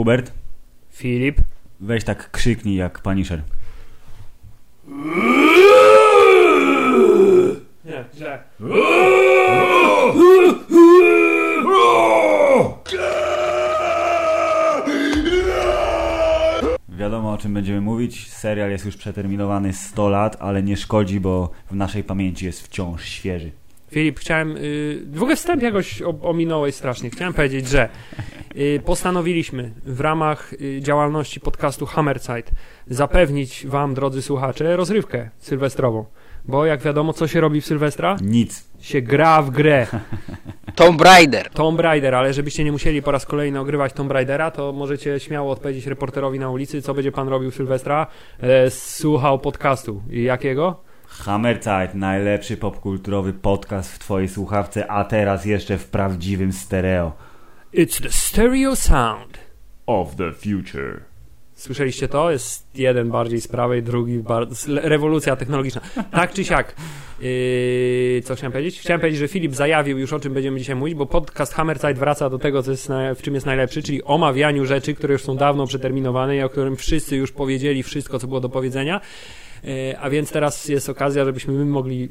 Hubert. Filip. Weź tak krzyknij jak Punisher. Nie, źle. Wiadomo, o czym będziemy mówić. Serial jest już przeterminowany 100 lat, ale nie szkodzi, bo w naszej pamięci jest wciąż świeży. Filip, chciałem... w ogóle wstęp jakoś ominąłeś strasznie. Chciałem powiedzieć, że postanowiliśmy w ramach działalności podcastu Hammerzeit zapewnić wam, drodzy słuchacze, rozrywkę sylwestrową. Bo jak wiadomo, co się robi w Sylwestra? Nic. Się gra w grę. Tomb Raider, ale żebyście nie musieli po raz kolejny ogrywać Tomb Raidera, to możecie śmiało odpowiedzieć reporterowi na ulicy, co będzie pan robił w Sylwestra. Słuchał podcastu. I jakiego? Hammerzeit, najlepszy popkulturowy podcast w twojej słuchawce, a teraz jeszcze w prawdziwym stereo. It's the stereo sound of the future. Słyszeliście to? Jest jeden bardziej z prawej, drugi rewolucja technologiczna. Tak czy siak. Co chciałem powiedzieć? Chciałem powiedzieć, że Filip zajawił już, o czym będziemy dzisiaj mówić, bo podcast Hammerzeit wraca do tego, co jest w czym jest najlepszy, czyli omawianiu rzeczy, które już są dawno przeterminowane i o którym wszyscy już powiedzieli wszystko, co było do powiedzenia. A więc teraz jest okazja, żebyśmy my mogli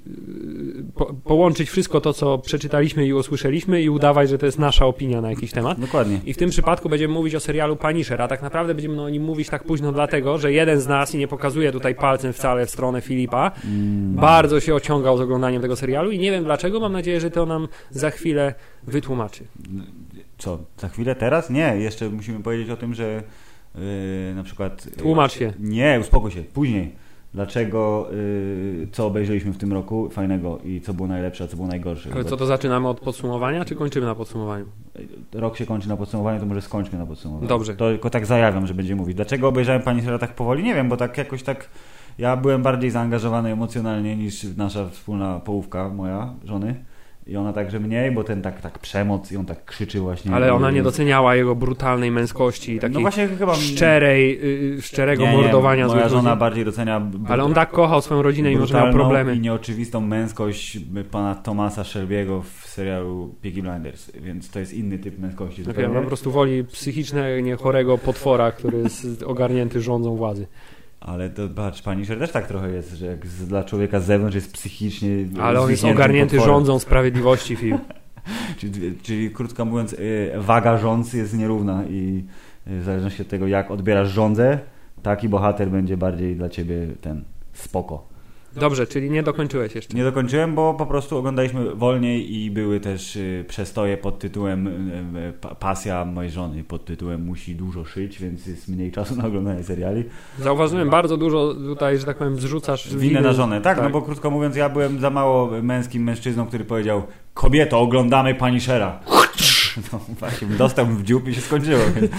połączyć wszystko to, co przeczytaliśmy i usłyszeliśmy i udawać, że to jest nasza opinia na jakiś temat. Dokładnie. I w tym przypadku będziemy mówić o serialu Punisher, a tak naprawdę będziemy o nim mówić tak późno dlatego, że jeden z nas, i nie pokazuje tutaj palcem wcale w stronę Filipa, bardzo się ociągał z oglądaniem tego serialu i nie wiem dlaczego, mam nadzieję, że to nam za chwilę wytłumaczy. Co? Za chwilę? Teraz? Nie, jeszcze musimy powiedzieć o tym, że na przykład... Tłumacz się. Nie, uspokój się, później. Dlaczego, co obejrzeliśmy w tym roku fajnego i co było najlepsze, a co było najgorsze. Ale co, to zaczynamy od podsumowania, czy kończymy na podsumowaniu? Rok się kończy na podsumowaniu, to może skończmy na podsumowaniu. Dobrze. To tylko tak zajawiam, że będziemy mówić. Dlaczego obejrzałem Punishera tak powoli? Nie wiem, bo tak jakoś tak... Ja byłem bardziej zaangażowany emocjonalnie niż nasza wspólna połówka, moja, żony. I ona także mniej, bo ten tak przemoc i on tak krzyczy właśnie. Ale ona nie doceniała jego brutalnej męskości i takiej no właśnie chyba szczerego mordowania moja złych żona ludzi. Bardziej docenia ale on tak kochał swoją rodzinę i może miał problemy. I nieoczywistą męskość pana Thomasa Shelby'ego w serialu Peaky Blinders, więc to jest inny typ męskości. Okay, on po prostu woli psychicznie chorego potwora, który jest ogarnięty rządzą władzy. Ale to patrz, Punisher też tak trochę jest, że jak dla człowieka z zewnątrz jest psychicznie... Ale on jest ogarnięty potworem. Rządzą sprawiedliwości, film. czyli krótko mówiąc, waga rządzy jest nierówna i w zależności od tego, jak odbierasz rządzę, taki bohater będzie bardziej dla ciebie ten spoko. Dobrze, czyli nie dokończyłeś jeszcze. Nie dokończyłem, bo po prostu oglądaliśmy wolniej i były też przestoje pod tytułem pasja mojej żony, pod tytułem musi dużo szyć, więc jest mniej czasu na oglądanie seriali. Zauważyłem, bardzo dużo tutaj, że tak powiem, zrzucasz winę na żonę. Tak, no bo krótko mówiąc, ja byłem za mało męskim mężczyzną, który powiedział: kobieto, oglądamy Punishera. No właśnie, dostałbym w dziób i się skończyło.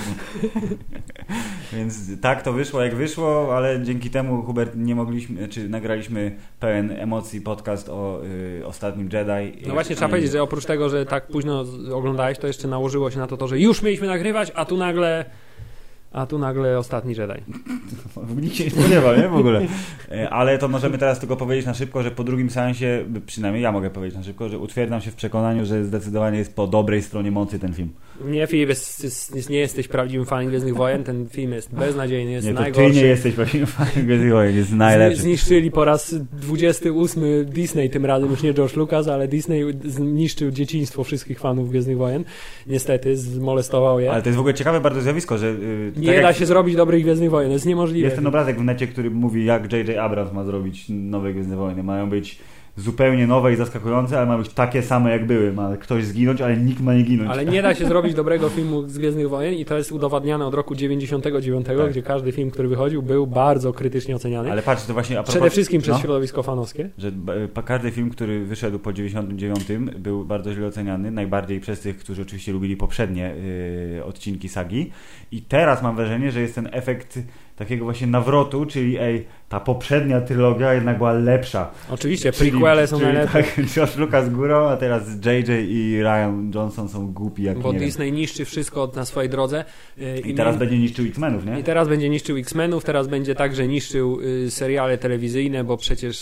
Więc tak to wyszło jak wyszło, ale dzięki temu, Hubert, nie mogliśmy, czy nagraliśmy pełen emocji podcast o ostatnim Jedi. No właśnie, trzeba powiedzieć, że oprócz tego, że tak późno oglądałeś, to jeszcze nałożyło się na to, że już mieliśmy nagrywać, a tu nagle ostatni Jedi. Nikt się nie spodziewał, nie? W ogóle. Ale to możemy teraz tylko powiedzieć na szybko, że po drugim seansie, przynajmniej ja mogę powiedzieć na szybko, że utwierdzam się w przekonaniu, że zdecydowanie jest po dobrej stronie mocy ten film. Nie, Filip, nie jesteś prawdziwym fanem Gwiezdnych Wojen, ten film jest beznadziejny, jest najgorszy. Ty nie jesteś prawdziwym fanem Gwiezdnych Wojen, jest najlepszy. Zniszczyli po raz 28 Disney, tym razem już nie George Lucas, ale Disney zniszczył dzieciństwo wszystkich fanów Gwiezdnych Wojen. Niestety, zmolestował je. Ale to jest w ogóle ciekawe bardzo zjawisko, że... nie da się zrobić dobrych Gwiezdnych Wojen, to jest niemożliwe. Jest ten obrazek w necie, który mówi, jak J.J. Abrams ma zrobić nowe Gwiezdne Wojny. Mają być zupełnie nowe i zaskakujące, ale mają być takie same jak były. Ma ktoś zginąć, ale nikt ma nie ginąć. Ale nie da się zrobić dobrego filmu z Gwiezdnych Wojen i to jest udowadniane od roku 99, tak. Gdzie każdy film, który wychodził, był bardzo krytycznie oceniany. Ale patrz, to właśnie przede wszystkim przez środowisko fanowskie. Że każdy film, który wyszedł po 99, był bardzo źle oceniany. Najbardziej przez tych, którzy oczywiście lubili poprzednie odcinki sagi. I teraz mam wrażenie, że jest ten efekt takiego właśnie nawrotu, czyli ta poprzednia trylogia jednak była lepsza. Oczywiście, prequele są najlepsze. Tak, George Lucas górą, a teraz JJ i Ryan Johnson są głupi jak bo nie Disney wiem. niszczy wszystko na swojej drodze. I teraz będzie niszczył X-Menów, nie? I teraz będzie niszczył X-Menów, teraz będzie także niszczył seriale telewizyjne, bo przecież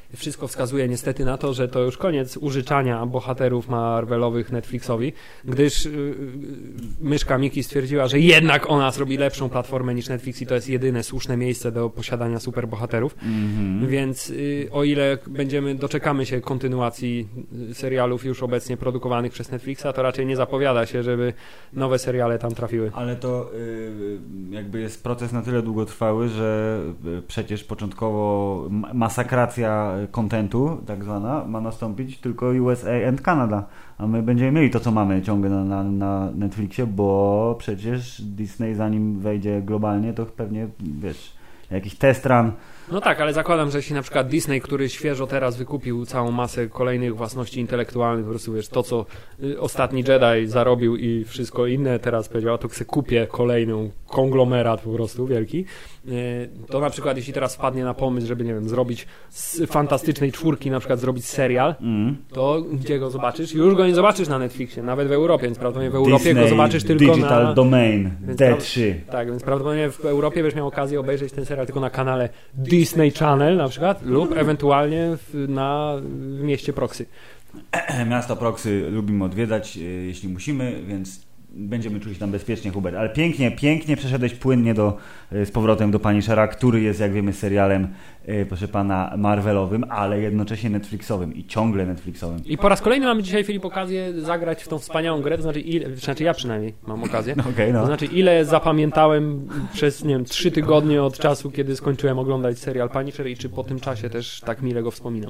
wszystko wskazuje niestety na to, że to już koniec użyczania bohaterów Marvelowych Netflixowi, gdyż myszka Miki stwierdziła, że jednak ona zrobi lepszą platformę niż Netflix i to jest jedyne słuszne miejsce do posiadania superbohaterów. Więc o ile doczekamy się kontynuacji serialów już obecnie produkowanych przez Netflixa, to raczej nie zapowiada się, żeby nowe seriale tam trafiły. Ale to jakby jest proces na tyle długotrwały, że przecież początkowo masakracja kontentu tak zwana ma nastąpić tylko USA and Canada, a my będziemy mieli to, co mamy ciągle na Netflixie, bo przecież Disney zanim wejdzie globalnie, to pewnie, wiesz, jakiś test run. No tak, ale zakładam, że jeśli na przykład Disney, który świeżo teraz wykupił całą masę kolejnych własności intelektualnych, po prostu wiesz, to co ostatni Jedi zarobił i wszystko inne, teraz powiedział, to chcę kupię kolejną konglomerat po prostu wielki, to na przykład jeśli teraz wpadnie na pomysł, żeby, nie wiem, zrobić z Fantastycznej Czwórki na przykład zrobić serial, to gdzie go zobaczysz? Już go nie zobaczysz na Netflixie, nawet w Europie, więc prawdopodobnie w Europie Disney go zobaczysz tylko Digital Domain, D3. Tak, więc prawdopodobnie w Europie będziesz miał okazję obejrzeć ten serial tylko na kanale Disney Channel na przykład lub ewentualnie w mieście Proxy. Miasto Proxy lubimy odwiedzać, jeśli musimy, więc będziemy czuli się tam bezpiecznie, Hubert. Ale pięknie przeszedłeś płynnie z powrotem do Punishera, który jest, jak wiemy, serialem, proszę pana, Marvelowym, ale jednocześnie Netflixowym i ciągle Netflixowym. I po raz kolejny mamy dzisiaj, Filip, okazję zagrać w tą wspaniałą grę, to znaczy ja przynajmniej mam okazję. To znaczy ile zapamiętałem przez, nie wiem, 3 tygodnie od czasu, kiedy skończyłem oglądać serial Punisher i czy po tym czasie też tak mile go wspominam.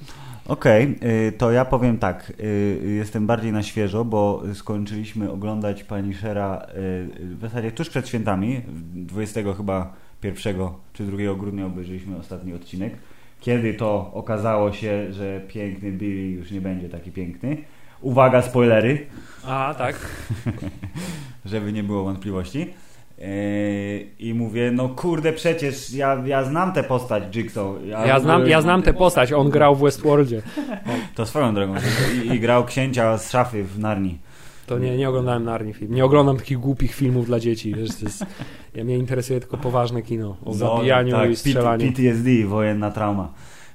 To ja powiem tak, jestem bardziej na świeżo, bo skończyliśmy oglądać Punishera w zasadzie tuż przed świętami, 20 chyba 1 czy 2 grudnia obejrzeliśmy ostatni odcinek, kiedy to okazało się, że piękny Billy już nie będzie taki piękny. Uwaga, spoilery. A, tak. Żeby nie było wątpliwości. I mówię, no kurde, przecież ja znam tę postać Jigsaw. Ja znam tę postać, on grał w Westworldzie. To swoją drogą. I grał księcia z szafy w Narni. To nie oglądałem Narni film. Nie oglądam takich głupich filmów dla dzieci. Wiesz, mnie interesuje tylko poważne kino o zabijaniu i strzelaniu. PTSD, wojenna trauma.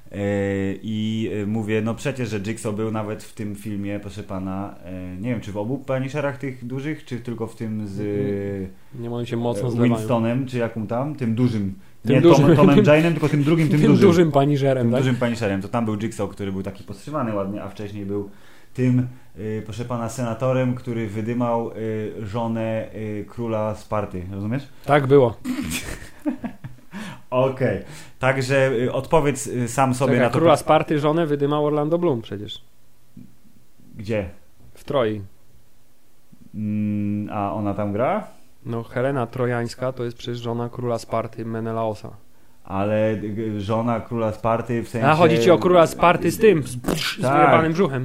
I mówię, no przecież, że Jigsaw był nawet w tym filmie, proszę pana, nie wiem, czy w obu Punisherach tych dużych, czy tylko w tym z nie mogę się mocno zlewają. Winstonem, czy jaką tam, tym dużym. Tomem Jane'em, tylko tym drugim, tym dużym Punisherem, tak? Dużym Punisherem. To tam był Jigsaw, który był taki postrzywany ładnie, a wcześniej był tym, proszę pana, senatorem, który wydymał żonę króla Sparty. Rozumiesz? Tak było. Okej. Także odpowiedz sam sobie na to. Króla Sparty żonę wydymał Orlando Bloom przecież. Gdzie? W Troi. A ona tam gra? No, Helena Trojańska to jest przecież żona króla Sparty Menelaosa. Ale żona króla Sparty w sensie... A chodzi ci o króla Sparty z tym, z wyjebanym brzuchem.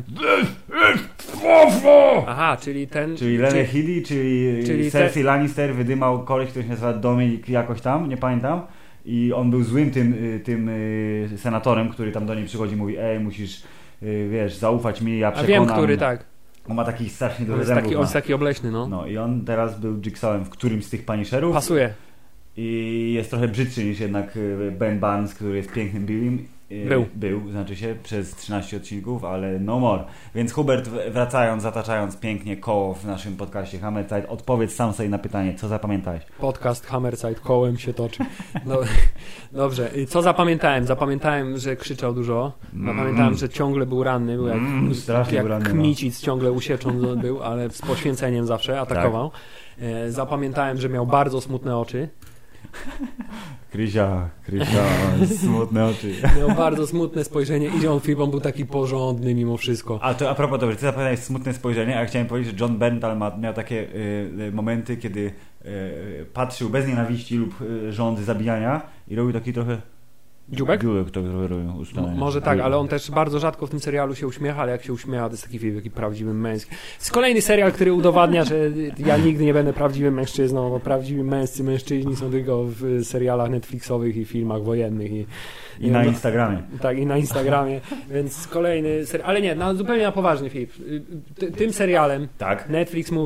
Aha, czyli ten... Czyli Lenny Headey, czyli Cersei Lannister wydymał koleś, który się nazywa Dominik jakoś tam, nie pamiętam. I on był złym tym senatorem, który tam do niej przychodzi i mówi, musisz, wiesz, zaufać mi, ja przekonam. A wiem, który, tak. On ma taki strasznie dużo zębów. On jest taki obleśny, no. No i on teraz był Jigsawem w którymś z tych Punisherów. Pasuje. I jest trochę brzydszy niż jednak Ben Barnes, który jest pięknym Billym. Był, znaczy się, przez 13 odcinków, ale no more. Więc Hubert, wracając, zataczając pięknie koło w naszym podcaście Hammerside, odpowiedz sam sobie na pytanie, co zapamiętałeś? Podcast Hammerside kołem się toczy. No, dobrze, co zapamiętałem? Zapamiętałem, że krzyczał dużo. Zapamiętałem, że ciągle był ranny, był jak ranny, Kmicic, ciągle usieczą był, ale z poświęceniem zawsze atakował. Tak. Zapamiętałem, że miał bardzo smutne oczy. Krysia, smutne oczy. Miał bardzo smutne spojrzenie i on film był taki porządny mimo wszystko. A propos, dobrze, ty zapamiętałeś smutne spojrzenie, a ja chciałem powiedzieć, że John Berntal miał takie momenty, kiedy patrzył bez nienawiści lub żądzy zabijania i robił taki trochę... Dziubek? Dziubek to robią ustalenie. Może tak, ale on też bardzo rzadko w tym serialu się uśmiecha, ale jak się uśmiecha, to jest taki film, taki prawdziwy męski. To jest kolejny serial, który udowadnia, że ja nigdy nie będę prawdziwym mężczyzną, bo prawdziwi mężczyźni są tylko w serialach Netflixowych i filmach wojennych. I na Instagramie. Tak, i na Instagramie, więc kolejny serial. Ale nie, zupełnie na poważnie, Filip. Tym serialem tak. Netflix mówi,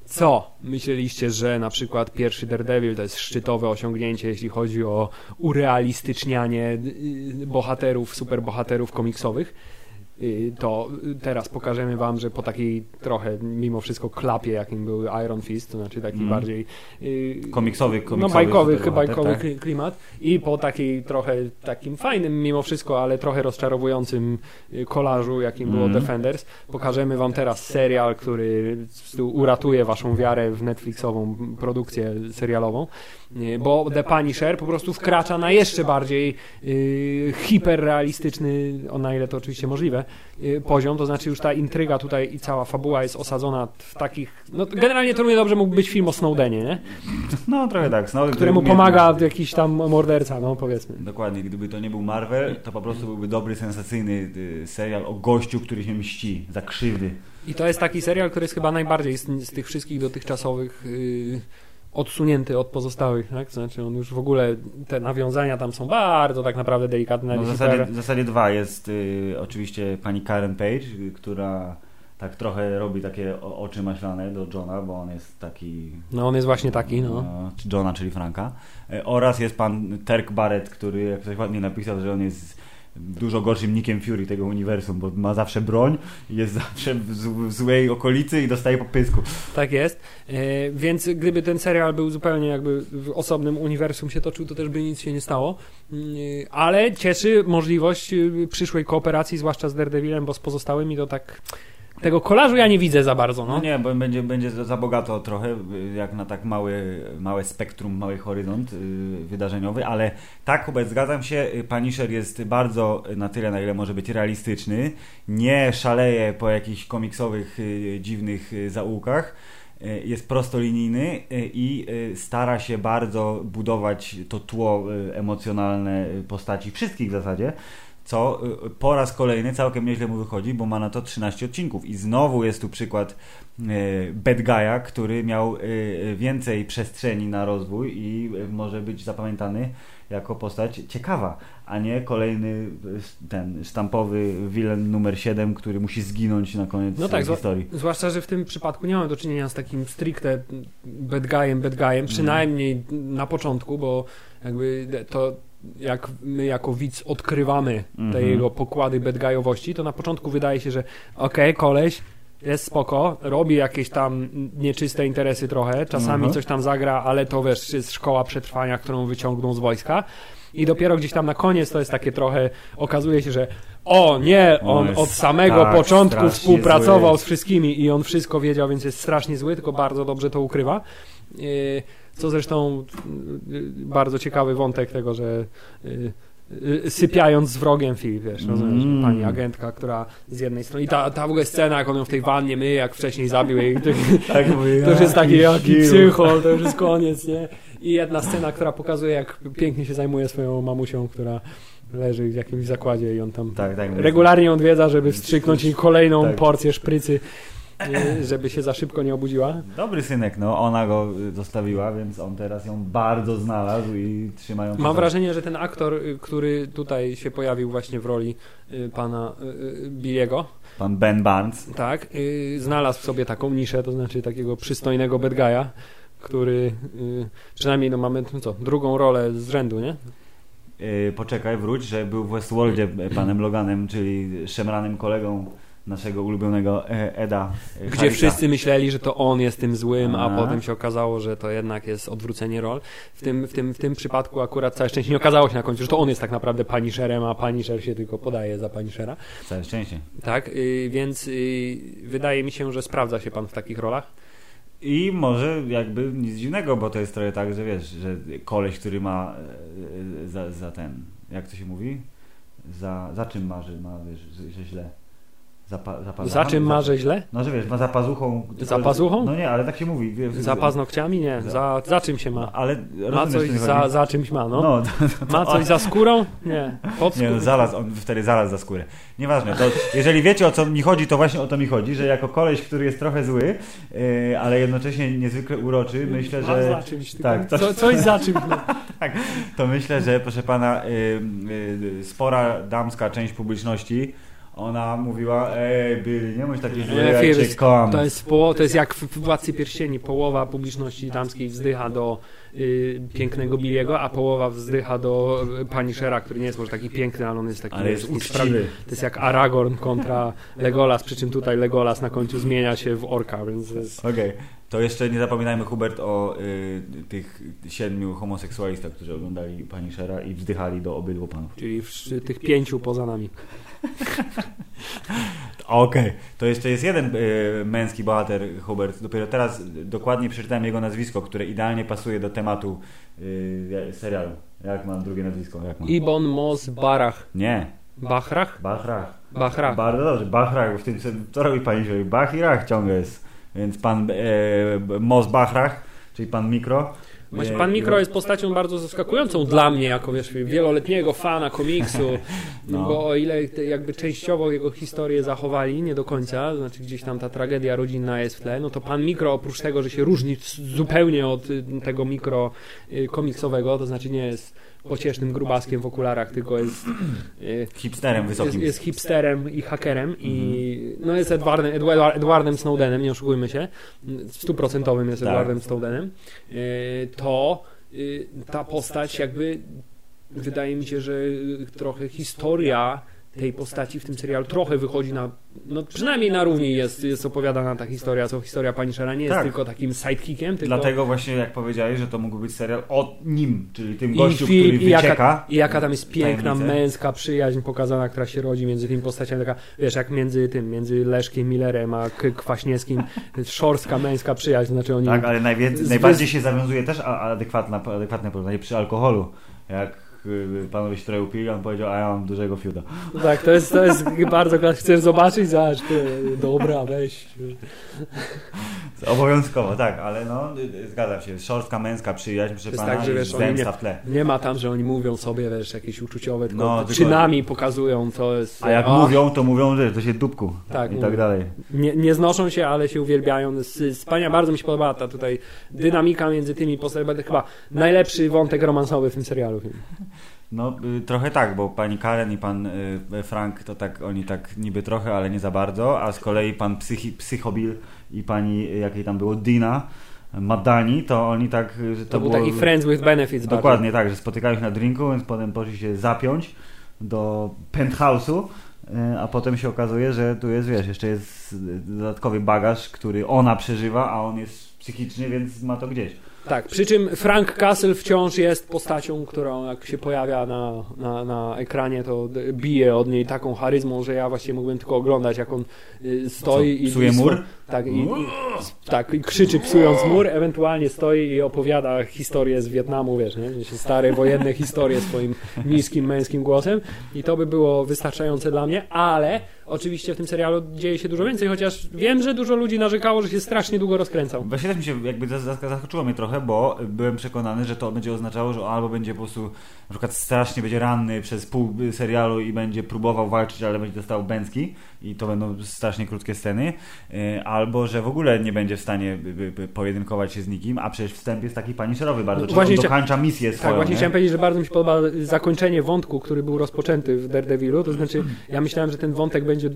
Co? Myśleliście, że na przykład pierwszy Daredevil to jest szczytowe osiągnięcie, jeśli chodzi o urealistycznianie bohaterów, superbohaterów komiksowych? To teraz pokażemy wam, że po takiej trochę mimo wszystko klapie, jakim był Iron Fist, to znaczy taki bardziej komiksowy bajkowy klimat, i po takiej trochę takim fajnym mimo wszystko, ale trochę rozczarowującym kolażu, jakim było Defenders, pokażemy wam teraz serial, który uratuje waszą wiarę w Netflixową produkcję serialową, bo The Punisher po prostu wkracza na jeszcze bardziej hiperrealistyczny, na ile to oczywiście możliwe, poziom, to znaczy już ta intryga tutaj i cała fabuła jest osadzona w takich, no generalnie to równie dobrze mógł być film o Snowdenie, nie? No trochę tak. Snowden, któremu pomaga jakiś tam morderca, no powiedzmy. Dokładnie, gdyby to nie był Marvel, to po prostu byłby dobry, sensacyjny serial o gościu, który się mści za krzywdy. I to jest taki serial, który jest chyba najbardziej z tych wszystkich dotychczasowych odsunięty od pozostałych, tak? To znaczy on już w ogóle, te nawiązania tam są bardzo tak naprawdę delikatne. No w zasadzie dwa. Jest oczywiście pani Karen Page, która tak trochę robi takie oczy maślane do Johna, bo on jest taki... No on jest właśnie taki, no. Johna, czyli Franka. Oraz jest pan Terk Barrett, który, jak ktoś ładnie napisał, że on jest dużo gorszym Nickiem Fury tego uniwersum, bo ma zawsze broń, jest zawsze w złej okolicy i dostaje po pysku. Tak jest, więc gdyby ten serial był zupełnie jakby w osobnym uniwersum się toczył, to też by nic się nie stało, ale cieszy możliwość przyszłej kooperacji, zwłaszcza z Daredevilem, bo z pozostałymi to tak... Tego kolażu ja nie widzę za bardzo. No nie, bo będzie za bogato trochę, jak na tak małe spektrum, mały horyzont wydarzeniowy, ale tak, Hubert, zgadzam się, Punisher jest bardzo na tyle, na ile może być realistyczny, nie szaleje po jakichś komiksowych, dziwnych zaułkach, jest prostolinijny i stara się bardzo budować to tło emocjonalne postaci, wszystkich w zasadzie, co po raz kolejny całkiem nieźle mu wychodzi, bo ma na to 13 odcinków. I znowu jest tu przykład bad guy'a, który miał więcej przestrzeni na rozwój i może być zapamiętany jako postać ciekawa, a nie kolejny ten sztampowy villain numer 7, który musi zginąć na koniec historii. Zwłaszcza, że w tym przypadku nie mamy do czynienia z takim stricte bad guy'em, przynajmniej na początku, bo jakby to jak my jako widz odkrywamy te jego pokłady bad guy'owości, to na początku wydaje się, że okej, koleś jest spoko, robi jakieś tam nieczyste interesy trochę, czasami coś tam zagra, ale to wiesz, jest szkoła przetrwania, którą wyciągną z wojska. I dopiero gdzieś tam na koniec to jest takie trochę, okazuje się, że on od samego początku współpracował zły z wszystkimi i on wszystko wiedział, więc jest strasznie zły, tylko bardzo dobrze to ukrywa. Co zresztą bardzo ciekawy wątek tego, że sypiająć z wrogiem wiesz, pani agentka, która z jednej strony i ta w ogóle scena, jak on ją w tej wannie myje, jak wcześniej zabił jej, to już jest taki jaki psychol, to już jest koniec, nie? I jedna scena, która pokazuje, jak pięknie się zajmuje swoją mamusią, która leży w jakimś zakładzie i on tam regularnie odwiedza, żeby wstrzyknąć jej kolejną porcję szprycy, żeby się za szybko nie obudziła. Dobry synek, no ona go zostawiła, więc on teraz ją bardzo znalazł i trzymają. Mam wrażenie, że ten aktor, który tutaj się pojawił właśnie w roli pana Billiego, pan Ben Barnes, tak, znalazł w sobie taką niszę, to znaczy takiego przystojnego bad guy'a, który przynajmniej mamy drugą rolę z rzędu, nie? Poczekaj, wróć, że był w Westworldzie panem Loganem, czyli szemranym kolegą naszego ulubionego Eda Gdzie Harrisa. Wszyscy myśleli, że to on jest tym złym, a potem się okazało, że to jednak jest odwrócenie rol. W tym przypadku akurat całe szczęście nie okazało się na końcu, że to on jest tak naprawdę Punisherem, a Punisher się tylko podaje za Punishera. Całe szczęście. Tak, więc wydaje mi się, że sprawdza się pan w takich rolach. I może jakby nic dziwnego, bo to jest trochę tak, że wiesz, że koleś, który ma za ten, jak to się mówi? Za czym marzy, ma wiesz, że źle. Za czym marzę źle? No, że wiesz, ma za pazuchą. Za pazuchą? No nie, ale tak się mówi. Za paznokciami? Nie. Za czym się ma? Ale ma coś za czymś ma, no. Ma coś za skórą? Nie. Pod skórą? Nie, no on wtedy zaraz za skórę. Nieważne. To, jeżeli wiecie, o co mi chodzi, to właśnie o to mi chodzi, że jako koleś, który jest trochę zły, ale jednocześnie niezwykle uroczy, myślę, że... za czymś. Tak, coś za czymś. No. Tak, to myślę, że proszę pana, spora damska część publiczności ona mówiła, Billy, nie bądź taki zły, Ja ja wiem, cię kocham. To jest jak w Władcy Pierścieni. Połowa publiczności damskiej wzdycha do pięknego Billiego, a połowa wzdycha do Punishera, który nie jest może taki piękny, ale on jest taki... Ale jest uczciwy. To jest jak Aragorn kontra Legolas, przy czym tutaj Legolas na końcu zmienia się w orka, więc to jest... Okej. To jeszcze nie zapominajmy, Hubert, o tych 7 homoseksualistach, którzy oglądali Punishera i wzdychali do obydwu panów. Czyli tych 5 poza nami. Okej. To jeszcze jest jeden męski bohater, Hubert. Dopiero teraz dokładnie przeczytałem jego nazwisko, które idealnie pasuje do tematu serialu. Jak mam drugie nazwisko? Jak mam? Ibn Mos Barach. Nie. Bachrach? Bachrach. Bardzo dobrze. Bachrach, bo w tym co robi Punisher? Bach ciągle jest. Więc pan Mos Bachrach, czyli pan Mikro. Właśnie pan Mikro jest postacią bardzo zaskakującą dla mnie, jako wieloletniego fana komiksu, bo o ile jakby częściowo jego historię zachowali, nie do końca, to znaczy gdzieś tam ta tragedia rodzinna jest w tle, no to pan Mikro oprócz tego, że się różni zupełnie od tego Mikro komiksowego, to znaczy nie jest pociesznym grubaskiem w okularach, tylko jest hipsterem wysokim. Jest hipsterem i hakerem i no jest Edwardem Snowdenem, nie oszukujmy się, 100% jest Edwardem Snowdenem, to ta postać jakby wydaje mi się, że trochę historia tej postaci w tym serialu trochę wychodzi na, no przynajmniej na równi jest opowiadana ta historia, co historia Punishera nie jest tylko takim sidekickiem. Tylko... Dlatego właśnie jak powiedziałeś, że to mógł być serial o nim, czyli tym gościu, który wycieka. I jaka tam jest piękna, męska przyjaźń pokazana, która się rodzi między tymi postaciami, taka, wiesz, jak między Leszkiem Millerem a Kwaśniewskim, szorstka męska przyjaźń, znaczy oni... Tak, ale najbardziej się zawiązuje też adekwatne porównanie przy alkoholu, jak panowie się trochę upili, on powiedział, a ja mam dużego fiuta. Tak, to jest bardzo, chcesz zobaczyć? Zobacz, dobra, weź. Obowiązkowo, tak, ale no, zgadzam się, szorstka męska przyjaźń, proszę pana, tak, że wiesz, zemsta w tle. Nie ma tam, że oni mówią sobie, wiesz, jakieś uczuciowe, tylko czynami pokazują, co jest... A jak mówią, to mówią, że to się dupku tak, i tak dalej. Nie znoszą się, ale się uwielbiają. Wspaniale, bardzo mi się podobała ta tutaj dynamika między tymi postaciami, chyba najlepszy wątek romansowy w tym serialu. No trochę tak, bo pani Karen i pan Frank to tak, oni tak niby trochę, ale nie za bardzo, a z kolei pan Psychobil i pani, jakiej tam było, Dina Madani, to oni tak... Że to był taki friends with benefits. Dokładnie tak, że spotykają się na drinku, więc potem poszli się zapiąć do penthouse'u, a potem się okazuje, że tu jest, wiesz, jeszcze jest dodatkowy bagaż, który ona przeżywa, a on jest psychicznie, więc ma to gdzieś. Tak, przy czym Frank Castle wciąż jest postacią, którą jak się pojawia na ekranie, to bije od niej taką charyzmą, że ja właściwie mógłbym tylko oglądać, jak on stoi i psuje mur? Tak, i krzyczy psując mur, ewentualnie stoi i opowiada historię z Wietnamu, wiesz, nie? Stare wojenne historie swoim niskim męskim głosem i to by było wystarczające dla mnie, ale oczywiście w tym serialu dzieje się dużo więcej, chociaż wiem, że dużo ludzi narzekało, że się strasznie długo rozkręcał. Właśnie też mi się jakby zaskoczyło mnie trochę, bo byłem przekonany, że to będzie oznaczało, że albo będzie po prostu na przykład strasznie będzie ranny przez pół serialu i będzie próbował walczyć, ale będzie dostał bęcki i to będą strasznie krótkie sceny, albo że w ogóle nie będzie w stanie pojedynkować się z nikim, a przecież wstęp jest taki punisherowy bardzo, czyli on dokończa misję swoją. Tak, właśnie nie? Chciałem powiedzieć, że bardzo mi się podoba zakończenie wątku, który był rozpoczęty w Daredevilu, to znaczy ja myślałem, że ten wątek będzie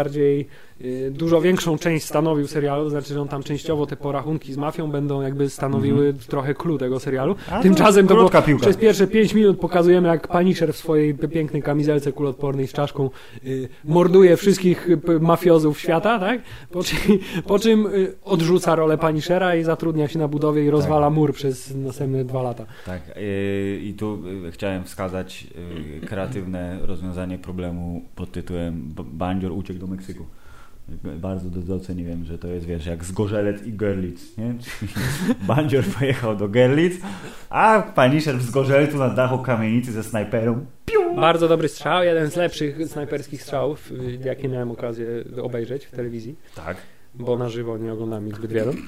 dużo większą część stanowił serialu, to znaczy, że on tam częściowo te porachunki z mafią będą jakby stanowiły trochę clue tego serialu. Tymczasem to było przez pierwsze 5 minut pokazujemy, jak Punisher w swojej pięknej kamizelce kuloodpornej z czaszką morduje wszystkich mafiozów świata, tak? Po czym odrzuca rolę Punishera i zatrudnia się na budowie i rozwala mur przez następne 2 lata. Tak, i tu chciałem wskazać kreatywne rozwiązanie problemu pod tytułem Bandzior uciekł do Meksyku. Bardzo doceniłem, że to jest, wiesz, jak Zgorzelec i Görlitz, nie? Bandzior pojechał do Görlitz, a Punisher w Zgorzelcu na dachu kamienicy ze snajperą. Piu! Bardzo dobry strzał, jeden z lepszych snajperskich strzałów, jakie miałem okazję obejrzeć w telewizji. Tak. bo na żywo nie oglądam ich zbyt wielu.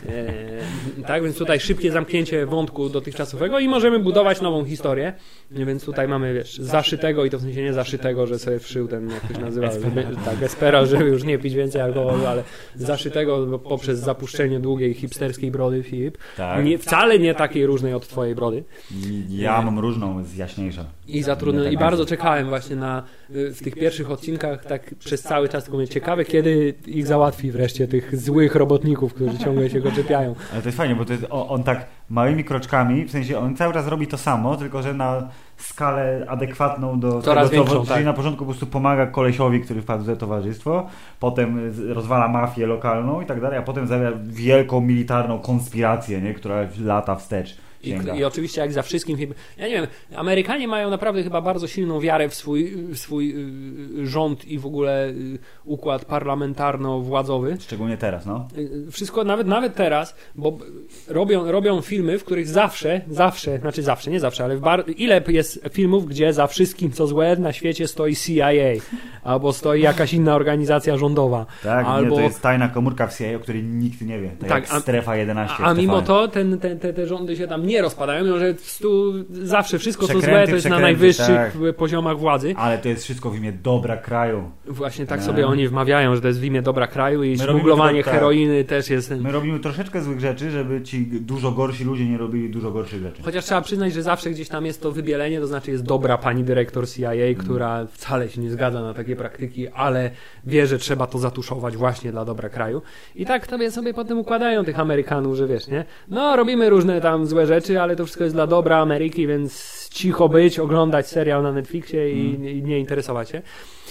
Tak, więc tutaj szybkie zamknięcie wątku dotychczasowego i możemy budować nową historię. Więc tutaj mamy, wiesz, zaszytego i to w sensie nie zaszytego, że sobie wszył ten, jak to się nazywa, Espera, żeby już nie pić więcej alkoholu, ale zaszytego poprzez zapuszczenie długiej hipsterskiej brody, Filip. Tak. Wcale nie takiej różnej od twojej brody. Ja mam różną, jest jaśniejsza. I zatrudniono, i bardzo czekałem właśnie w tych pierwszych odcinkach, tak przez cały czas, tylko mnie ciekawe, kiedy ich załatwi wreszcie, tych złych robotników, którzy ciągle się go czepiają. Ale to jest fajnie, bo to jest, on tak małymi kroczkami, w sensie on cały czas robi to samo, tylko że na skalę adekwatną do coraz tego, większą, czyli na początku po prostu pomaga kolesiowi, który wpadł w towarzystwo, potem rozwala mafię lokalną i tak dalej, a potem zawia wielką militarną konspirację, nie, która lata wstecz. I oczywiście jak za wszystkim, ja nie wiem, Amerykanie mają naprawdę chyba bardzo silną wiarę w swój rząd i w ogóle układ parlamentarno-władzowy. Szczególnie teraz, no. Wszystko, nawet teraz, bo robią filmy, w których zawsze, nie zawsze, ale ile jest filmów, gdzie za wszystkim, co złe na świecie stoi CIA, albo stoi jakaś inna organizacja rządowa. Tak, albo... to jest tajna komórka w CIA, o której nikt nie wie. Tak, jak Strefa 11. A mimo to te rządy się tam nie rozpadają, mimo że zawsze wszystko, co złe, to jest na najwyższych poziomach władzy. Ale to jest wszystko w imię dobra kraju. Właśnie tak sobie oni wmawiają, że to jest w imię dobra kraju i szmuglowanie heroiny też jest... My robimy troszeczkę złych rzeczy, żeby ci dużo gorsi ludzie nie robili dużo gorszych rzeczy. Chociaż trzeba przyznać, że zawsze gdzieś tam jest to wybielenie, to znaczy jest dobra pani dyrektor CIA, która wcale się nie zgadza na takie praktyki, ale wie, że trzeba to zatuszować właśnie dla dobra kraju. I tak sobie potem układają tych Amerykanów, że wiesz, nie? No, robimy różne tam złe rzeczy, ale to wszystko jest dla dobra Ameryki, więc cicho być, oglądać serial na Netflixie i nie interesować się.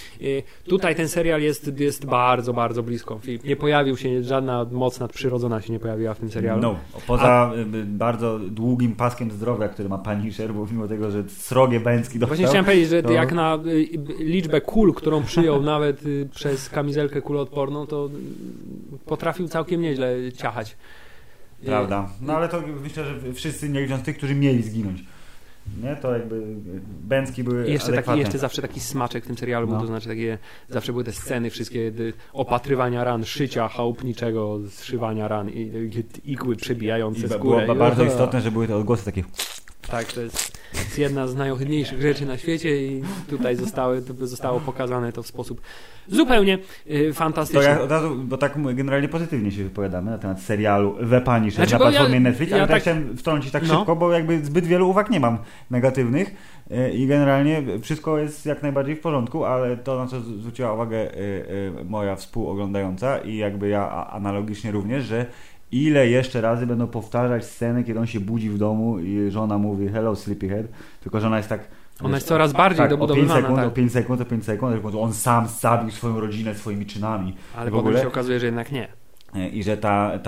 Tutaj ten serial jest bardzo, bardzo blisko. Nie pojawił się, żadna moc nadprzyrodzona się nie pojawiła w tym serialu. No, poza bardzo długim paskiem zdrowia, który ma Punisher, bo mimo tego, że srogie bęcki dostał. Właśnie chciałem powiedzieć, że jak na liczbę kul, którą przyjął nawet przez kamizelkę kuloodporną, to potrafił całkiem nieźle ciachać. Prawda. No ale to myślę, że wszyscy, nie licząc tych, którzy mieli zginąć. Nie, to jakby bęcki były jeszcze zawsze taki smaczek w tym serialu, bo to znaczy zawsze były te sceny wszystkie opatrywania ran, szycia chałupniczego, zszywania ran i igły przebijające skórę. Było bardzo istotne, że były te odgłosy takie... Tak, to jest jedna z najohydniejszych rzeczy na świecie i tutaj zostało pokazane to w sposób zupełnie fantastyczny. To ja od razu, bo tak generalnie pozytywnie się wypowiadamy na temat serialu The Punisher na platformie Netflix, ale tak chciałem wtrącić szybko, bo jakby zbyt wielu uwag nie mam negatywnych i generalnie wszystko jest jak najbardziej w porządku, ale to, na co zwróciła uwagę moja współoglądająca i jakby ja analogicznie również, że ile jeszcze razy będą powtarzać sceny, kiedy on się budzi w domu i żona mówi hello sleepyhead, tylko że ona jest tak... Ona jest coraz bardziej dobudowywana. O 5 sekund, on sam zabił swoją rodzinę swoimi czynami. Ale potem się okazuje, że jednak nie. I że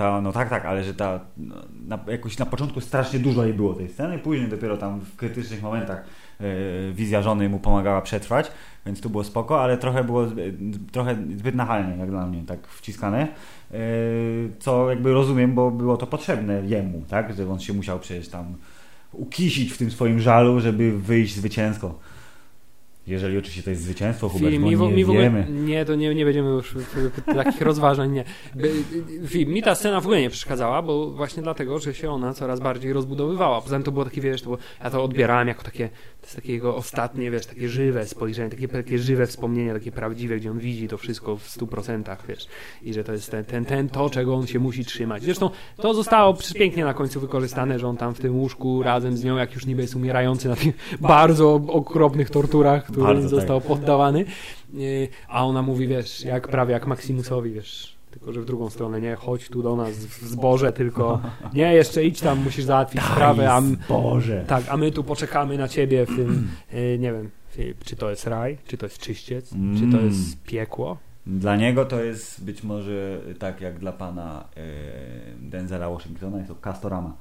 ale że jakoś na początku strasznie dużo jej było tej sceny, później dopiero tam w krytycznych momentach wizja żony mu pomagała przetrwać, więc tu było spoko, ale trochę zbyt nachalnie, jak dla mnie, tak wciskane, co jakby rozumiem, bo było to potrzebne jemu, tak, że on się musiał przecież tam ukisić w tym swoim żalu, żeby wyjść zwycięsko. Jeżeli oczywiście to jest zwycięstwo, Hubert, bo nie wiemy. Nie, to nie będziemy już takich rozważań, nie. Mi ta scena w ogóle nie przeszkadzała, bo właśnie dlatego, że się ona coraz bardziej rozbudowywała. Poza tym to było takie, ja to odbierałem jako takie, to jest takiego ostatnie, takie żywe spojrzenie, takie żywe wspomnienia, takie prawdziwe, gdzie on widzi to wszystko w 100%, i że to jest to, czego on się musi trzymać. Zresztą to zostało pięknie na końcu wykorzystane, że on tam w tym łóżku razem z nią, jak już niby jest umierający na tych bardzo okropnych torturach, który został poddawany, a ona mówi, prawie jak Maximusowi, tylko że w drugą stronę, nie, chodź tu do nas w zboże, tylko nie, jeszcze idź tam, musisz załatwić sprawę, a my tu poczekamy na ciebie w tym, nie wiem, czy to jest raj, czy to jest czyściec, czy to jest piekło. Dla niego to jest być może tak jak dla pana Denzela Washingtona, jest to Castorama.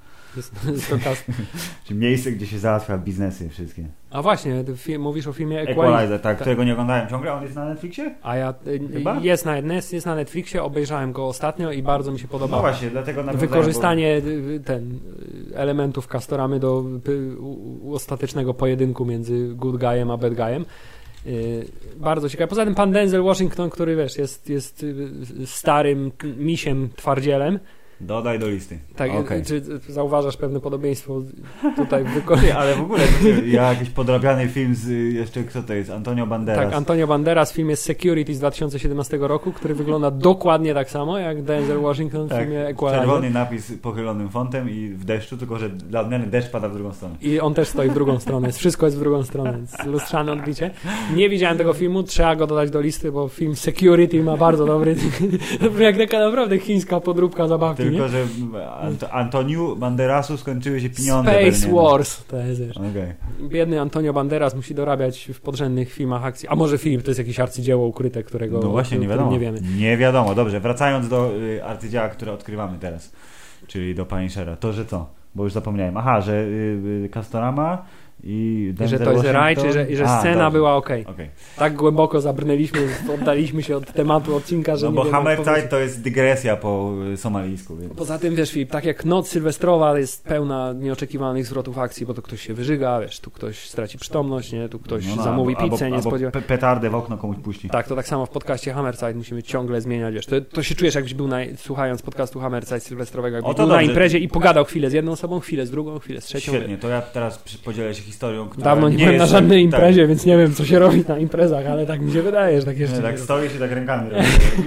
Czyli miejsce, gdzie się załatwia biznesy wszystkie. A właśnie, mówisz o filmie Equalizer, tak, którego nie oglądałem ciągle, on jest na Netflixie? A ja jest na Netflixie, obejrzałem go ostatnio i bardzo mi się podoba. No właśnie, dlatego wykorzystanie elementów Castoramy do ostatecznego pojedynku między good guyem a bad guyem. Bardzo ciekawe. Poza tym pan Denzel Washington, który wiesz, jest starym misiem twardzielem. Dodaj do listy. Tak, okay. Czy zauważasz pewne podobieństwo tutaj w Ale w ogóle ja jakiś podrabiany film z jeszcze kto to jest? Antonio Banderas. Tak, Antonio Banderas, film jest Security z 2017 roku, który wygląda dokładnie tak samo jak Denzel Washington w filmie Equalizer. Czerwony napis pochylonym fontem i w deszczu, tylko że dla odmiany deszcz pada w drugą stronę. I on też stoi w drugą stronę. Wszystko jest w drugą stronę. Więc lustrzane odbicie. Nie widziałem tego filmu, trzeba go dodać do listy, bo film Security ma bardzo dobry jak taka naprawdę chińska podróbka zabawki. Tylko, nie? że Antoniu Banderasu skończyły się pieniądze. Space Wars to jest. Okay. Biedny Antonio Banderas musi dorabiać w podrzędnych filmach akcji. A może film to jest jakieś arcydzieło ukryte, którego no właśnie, nie wiadomo. Nie wiemy. Nie wiadomo. Dobrze, wracając do arcydzieła, które odkrywamy teraz, czyli do Punishera. To, że co? Bo już zapomniałem. Aha, że Castorama i Denzel że to jest raj, Washington... że scena była okej. Okay. Tak głęboko zabrnęliśmy, oddaliśmy się od tematu odcinka, że... No bo Hammerzeit to jest dygresja po somalijsku. Więc... Poza tym, wiesz Filip, tak jak noc sylwestrowa jest pełna nieoczekiwanych zwrotów akcji, bo to ktoś się wyżyga, wiesz, tu ktoś straci przytomność, nie? Tu ktoś zamówi pizzę, nie spodziewa... petardę w okno komuś puści. Tak, to tak samo w podcaście Hammerzeit musimy ciągle zmieniać, wiesz. To się czujesz, jakbyś był słuchając podcastu Hammerzeit sylwestrowego, jakbyś był na imprezie i pogadał chwilę z jedną osobą, chwilę z drugą, chwilę z trzecią. Świetnie, to ja teraz podzielę się historią, która dawno nie byłem na żadnej imprezie, więc nie wiem, co się robi na imprezach, ale tak mi się wydaje, że tak jeszcze... Nie, tak stoisz i tak rękami robisz.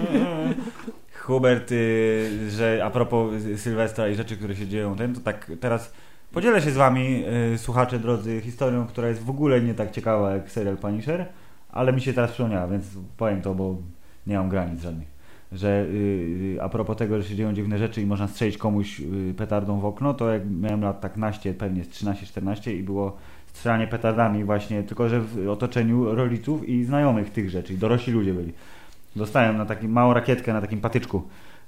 Hubert, że a propos Sylwestra i rzeczy, które się dzieją, to tak teraz podzielę się z wami, słuchacze drodzy, historią, która jest w ogóle nie tak ciekawa jak serial Punisher, ale mi się teraz przypomniała, więc powiem to, bo nie mam granic żadnych. Że a propos tego, że się dzieją dziwne rzeczy i można strzelić komuś petardą w okno, to jak miałem lat tak naście, pewnie 13-14 i było strzelanie petardami właśnie, tylko że w otoczeniu rodziców i znajomych tych rzeczy, i dorośli ludzie byli. Dostałem na taką małą rakietkę na takim patyczku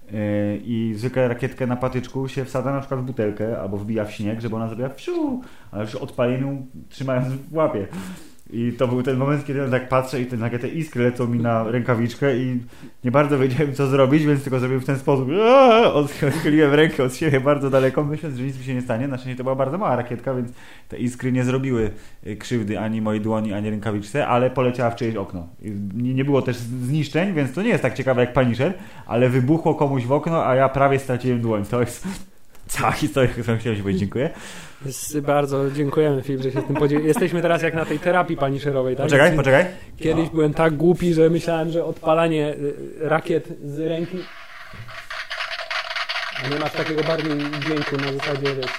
i zwykle rakietkę na patyczku się wsadza na przykład w butelkę albo wbija w śnieg, żeby ona zrobiła wsiu, ale już odpalimy ją trzymając w łapie. I to był ten moment, kiedy ja tak patrzę i te iskry lecą mi na rękawiczkę i nie bardzo wiedziałem, co zrobić, więc tylko zrobiłem w ten sposób. Odchyliłem rękę od siebie bardzo daleko, myśląc, że nic mi się nie stanie. Na szczęście to była bardzo mała rakietka, więc te iskry nie zrobiły krzywdy ani mojej dłoni, ani rękawiczce, ale poleciała w czyjeś okno. I nie było też zniszczeń, więc to nie jest tak ciekawe jak Punisher, ale wybuchło komuś w okno, a ja prawie straciłem dłoń. To jest cała historia, którą chciałem się powiedzieć. Dziękuję. Bardzo dziękujemy, Filip, że się z tym podzieliłeś. Jesteśmy teraz jak na tej terapii panisherowej, tak? Poczekaj. Kiedyś byłem tak głupi, że myślałem, że odpalanie rakiet z ręki... A nie masz takiego bardziej dźwięku na zasadzie, wiesz,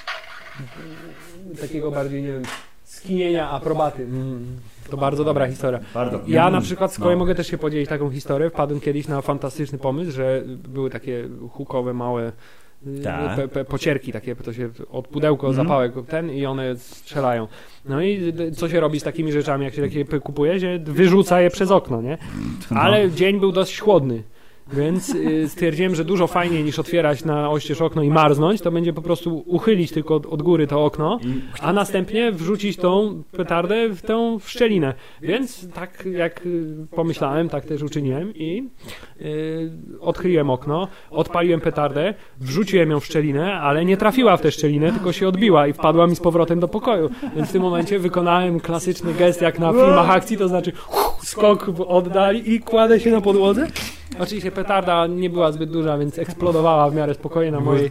takiego bardziej, nie wiem, skinienia aprobaty. To bardzo dobra historia. Ja na przykład z kolei mogę też się podzielić taką historię. Wpadłem kiedyś na fantastyczny pomysł, że były takie hukowe, małe pocierki takie, to się od pudełko zapałek i one strzelają. No i co się robi z takimi rzeczami, jak się takie kupuje, się wyrzuca je przez okno, nie? Ale dzień był dość chłodny. Więc stwierdziłem, że dużo fajniej niż otwierać na oścież okno i marznąć, to będzie po prostu uchylić tylko od góry to okno, a następnie wrzucić tą petardę w tą szczelinę. Więc tak jak pomyślałem, tak też uczyniłem i odkryłem okno, odpaliłem petardę, wrzuciłem ją w szczelinę, ale nie trafiła w tę szczelinę, tylko się odbiła i wpadła mi z powrotem do pokoju. Więc w tym momencie wykonałem klasyczny gest jak na filmach akcji, to znaczy skok w oddali i kładę się na podłodze. Oczywiście petarda nie była zbyt duża, więc eksplodowała w miarę spokojnie na mojej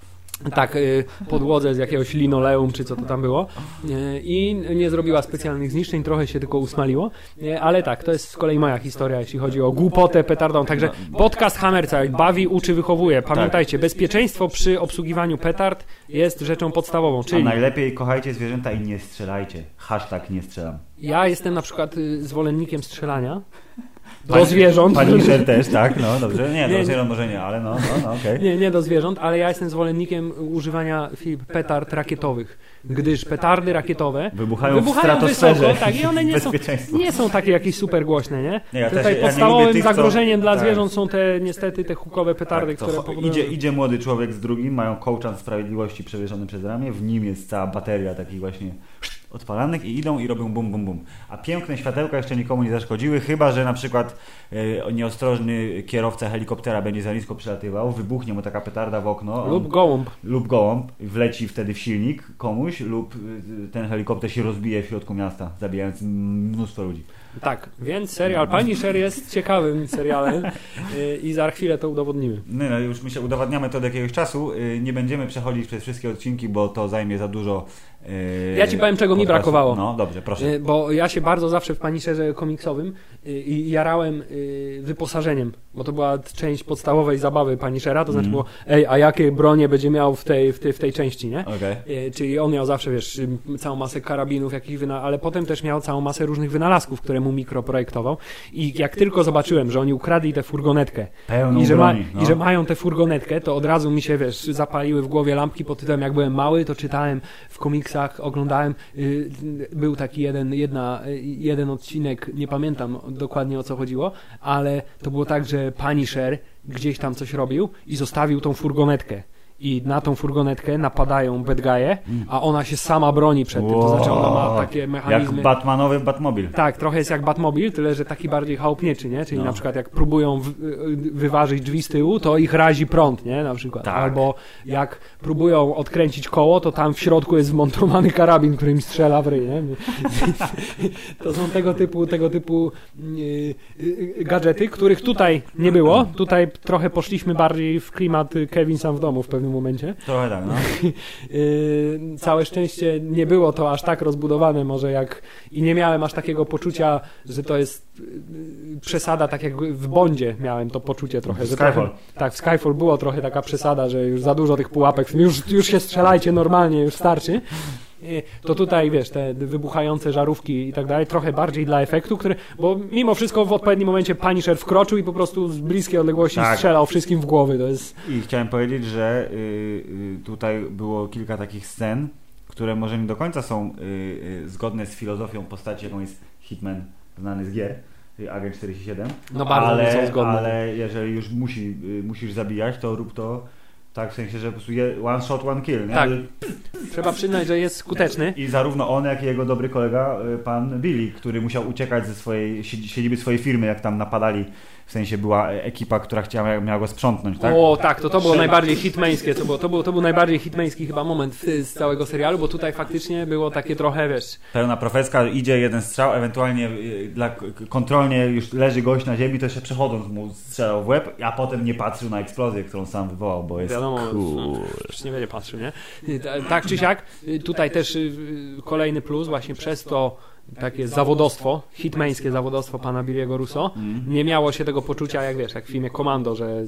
podłodze z jakiegoś linoleum, czy co to tam było i nie zrobiła specjalnych zniszczeń, trochę się tylko usmaliło, ale tak, to jest z kolei moja historia, jeśli chodzi o głupotę petardą, także podcast Hammerzeit bawi, uczy, wychowuje. Pamiętajcie, bezpieczeństwo przy obsługiwaniu petard jest rzeczą podstawową, czyli... A najlepiej kochajcie zwierzęta i nie strzelajcie. #, nie strzelam. Ja jestem na przykład zwolennikiem strzelania. Do zwierząt. Punisher też, tak, no dobrze. Nie, do zwierząt może nie, ale no okej. Nie do zwierząt, ale ja jestem zwolennikiem używania petard rakietowych, gdyż petardy rakietowe wybuchają w stratosferze. Wysoko, tak, i one nie są takie jakieś super głośne, nie? Tutaj podstawowym zagrożeniem dla zwierząt są niestety te hukowe petardy, które powodują... Idzie młody człowiek z drugim, mają kołczan sprawiedliwości przewieszony przez ramię, w nim jest cała bateria takich właśnie odpalanych i idą i robią bum, bum, bum. A piękne światełka jeszcze nikomu nie zaszkodziły, chyba że na przykład nieostrożny kierowca helikoptera będzie za nisko przelatywał, wybuchnie mu taka petarda w okno. Lub gołąb. Wleci wtedy w silnik komuś lub ten helikopter się rozbije w środku miasta, zabijając mnóstwo ludzi. Tak, więc serial Punisher jest ciekawym serialem i za chwilę to udowodnimy. No, już myślę, udowadniamy to od jakiegoś czasu. Nie będziemy przechodzić przez wszystkie odcinki, bo to zajmie za dużo. Ja ci powiem, czego mi brakowało. No, dobrze, proszę. Bo ja się bardzo zawsze w Punisherze komiksowym i jarałem wyposażeniem, bo to była część podstawowej zabawy Punishera, to znaczy było, a jakie bronie będzie miał w tej części, nie? Okay. Czyli on miał zawsze, wiesz, całą masę karabinów, ale potem też miał całą masę różnych wynalazków, które mu mikroprojektował. I jak tylko zobaczyłem, że oni ukradli tę furgonetkę i że mają tę furgonetkę, to od razu mi się, wiesz, zapaliły w głowie lampki pod tytułem, jak byłem mały, to czytałem w komiksach, oglądałem, był taki jeden odcinek, nie pamiętam dokładnie o co chodziło, ale to było tak, że Punisher gdzieś tam coś robił i zostawił tą furgonetkę. I na tą furgonetkę napadają bad guy'e, a ona się sama broni przed tym. To znaczy ona ma takie mechanizmy. Jak Batmanowy Batmobil. Tak, trochę jest jak Batmobil, tyle że taki bardziej chałupnieczy, nie? Czyli na przykład jak próbują wyważyć drzwi z tyłu, to ich razi prąd, nie? Na przykład. Tak. Albo jak próbują odkręcić koło, to tam w środku jest wmontowany karabin, który im strzela w ryj, nie? To są tego typu gadżety, których tutaj nie było. Tutaj trochę poszliśmy bardziej w klimat Kevin sam w domu w pewnym momencie. Trochę tak, no. Całe szczęście nie było to aż tak rozbudowane może i nie miałem aż takiego poczucia, że to jest przesada, tak jak w Bondzie miałem to poczucie trochę. W Skyfall. Tak, w Skyfall było trochę taka przesada, że już za dużo tych pułapek, już się strzelajcie normalnie, już starczy. To tutaj, wiesz, te wybuchające żarówki i tak dalej, trochę bardziej dla efektu, bo mimo wszystko w odpowiednim momencie Punisher wkroczył i po prostu z bliskiej odległości strzelał wszystkim w głowy. To jest... I chciałem powiedzieć, że tutaj było kilka takich scen, które może nie do końca są zgodne z filozofią postaci, jaką jest Hitman znany z gier, Agent 47. No bardzo są zgodne. Ale jeżeli już musisz zabijać, to rób to tak, w sensie, że po prostu one shot, one kill, nie? Tak. Trzeba przyznać, że jest skuteczny. I zarówno on, jak i jego dobry kolega, pan Billy, który musiał uciekać ze siedziby swojej firmy, jak tam napadali, w sensie była ekipa, która miała go sprzątnąć, tak? O, tak, to było najbardziej hitmańskie, to był najbardziej hitmański chyba moment z całego serialu, bo tutaj faktycznie było takie trochę, wiesz... Pełna profeska, idzie jeden strzał, ewentualnie kontrolnie już leży gość na ziemi, to jeszcze przechodząc mu strzelał w łeb, a potem nie patrzył na eksplozję, którą sam wywołał, bo jest wiadomo, już nie będzie patrzył, nie? Tak czy siak, tutaj też kolejny plus właśnie przez to takie zawodowstwo, hitmańskie zawodowstwo pana Billy'ego Russo. Nie miało się tego poczucia, jak wiesz, jak w filmie Commando, że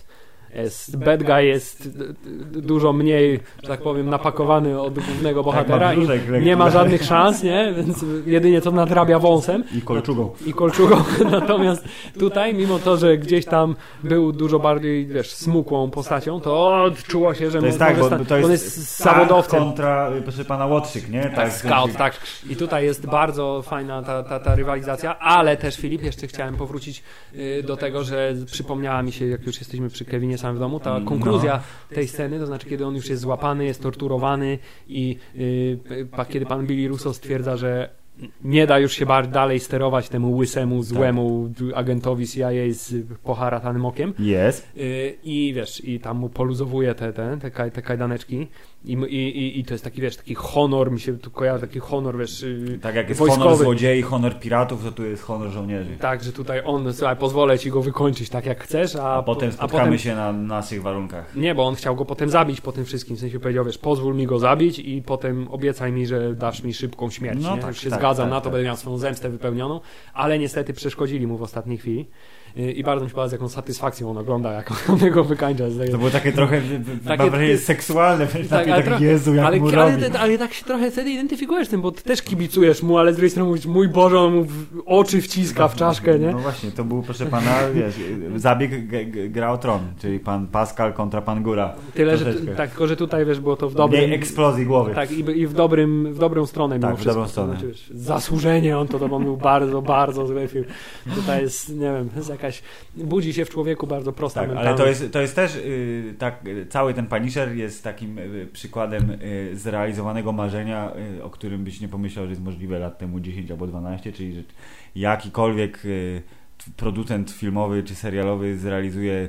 bad guy jest dużo mniej, że tak powiem, napakowany od głównego bohatera i nie ma żadnych szans, nie? Więc jedynie to nadrabia wąsem. I kolczugą. Natomiast tutaj, mimo to, że gdzieś tam był dużo bardziej, wiesz, smukłą postacią, to czuło się, że to jest tak, bo to on jest zawodowcem. Kontra, proszę pana, Łotrzyk, nie? Tak, scout, tak. I tutaj jest bardzo fajna ta rywalizacja, ale też, Filip, jeszcze chciałem powrócić do tego, że przypomniała mi się, jak już jesteśmy przy Kevinie sam w domu, ta konkluzja tej sceny, to znaczy kiedy on już jest złapany, jest torturowany i kiedy pan Billy Russo stwierdza, że nie da już się dalej sterować temu łysemu, złemu agentowi CIA z poharatanym okiem. Jest. I wiesz, i tam mu poluzowuje te kajdaneczki i to jest taki, wiesz, taki honor, mi się tu kojarzy, taki honor, wiesz, tak jak jest wojskowy. Honor złodziei, honor piratów, to tu jest honor żołnierzy. Tak, że tutaj słuchaj, pozwolę ci go wykończyć tak jak chcesz, a potem spotkamy się na naszych warunkach. Nie, bo on chciał go potem zabić po tym wszystkim, w sensie powiedział, wiesz, pozwól mi go zabić i potem obiecaj mi, że dasz mi szybką śmierć. No, tak, już się zgadzam na to, będę miał swoją zemstę wypełnioną, ale niestety przeszkodzili mu w ostatniej chwili. I bardzo mi się podoba, z jaką satysfakcją on ogląda, jak on go wykańcza. To było takie trochę seksualne, tak Jezu, jak mu robi. Ale tak się trochę wtedy identyfikujesz tym, bo ty też kibicujesz mu, ale z drugiej strony mówisz, mój Boże, on mu oczy wciska w czaszkę, nie? No właśnie, to był, proszę pana, wiesz, zabieg Gra o Tron, czyli pan Pascal kontra pan Góra. Tyle, że tylko, że tutaj, wiesz, było to w dobrym... Mniej eksplozji głowy. Tak, i w dobrą stronę mimo wszystko. W dobrą stronę. Znaczy, wiesz, zasłużenie, on był bardzo, bardzo zły film. Tutaj jest, nie wiem, jest budzi się w człowieku bardzo prosta mentalność. Ale to jest też cały ten Punisher jest takim przykładem zrealizowanego marzenia, o którym byś nie pomyślał, że jest możliwe lat temu 10 albo 12, czyli że jakikolwiek producent filmowy czy serialowy zrealizuje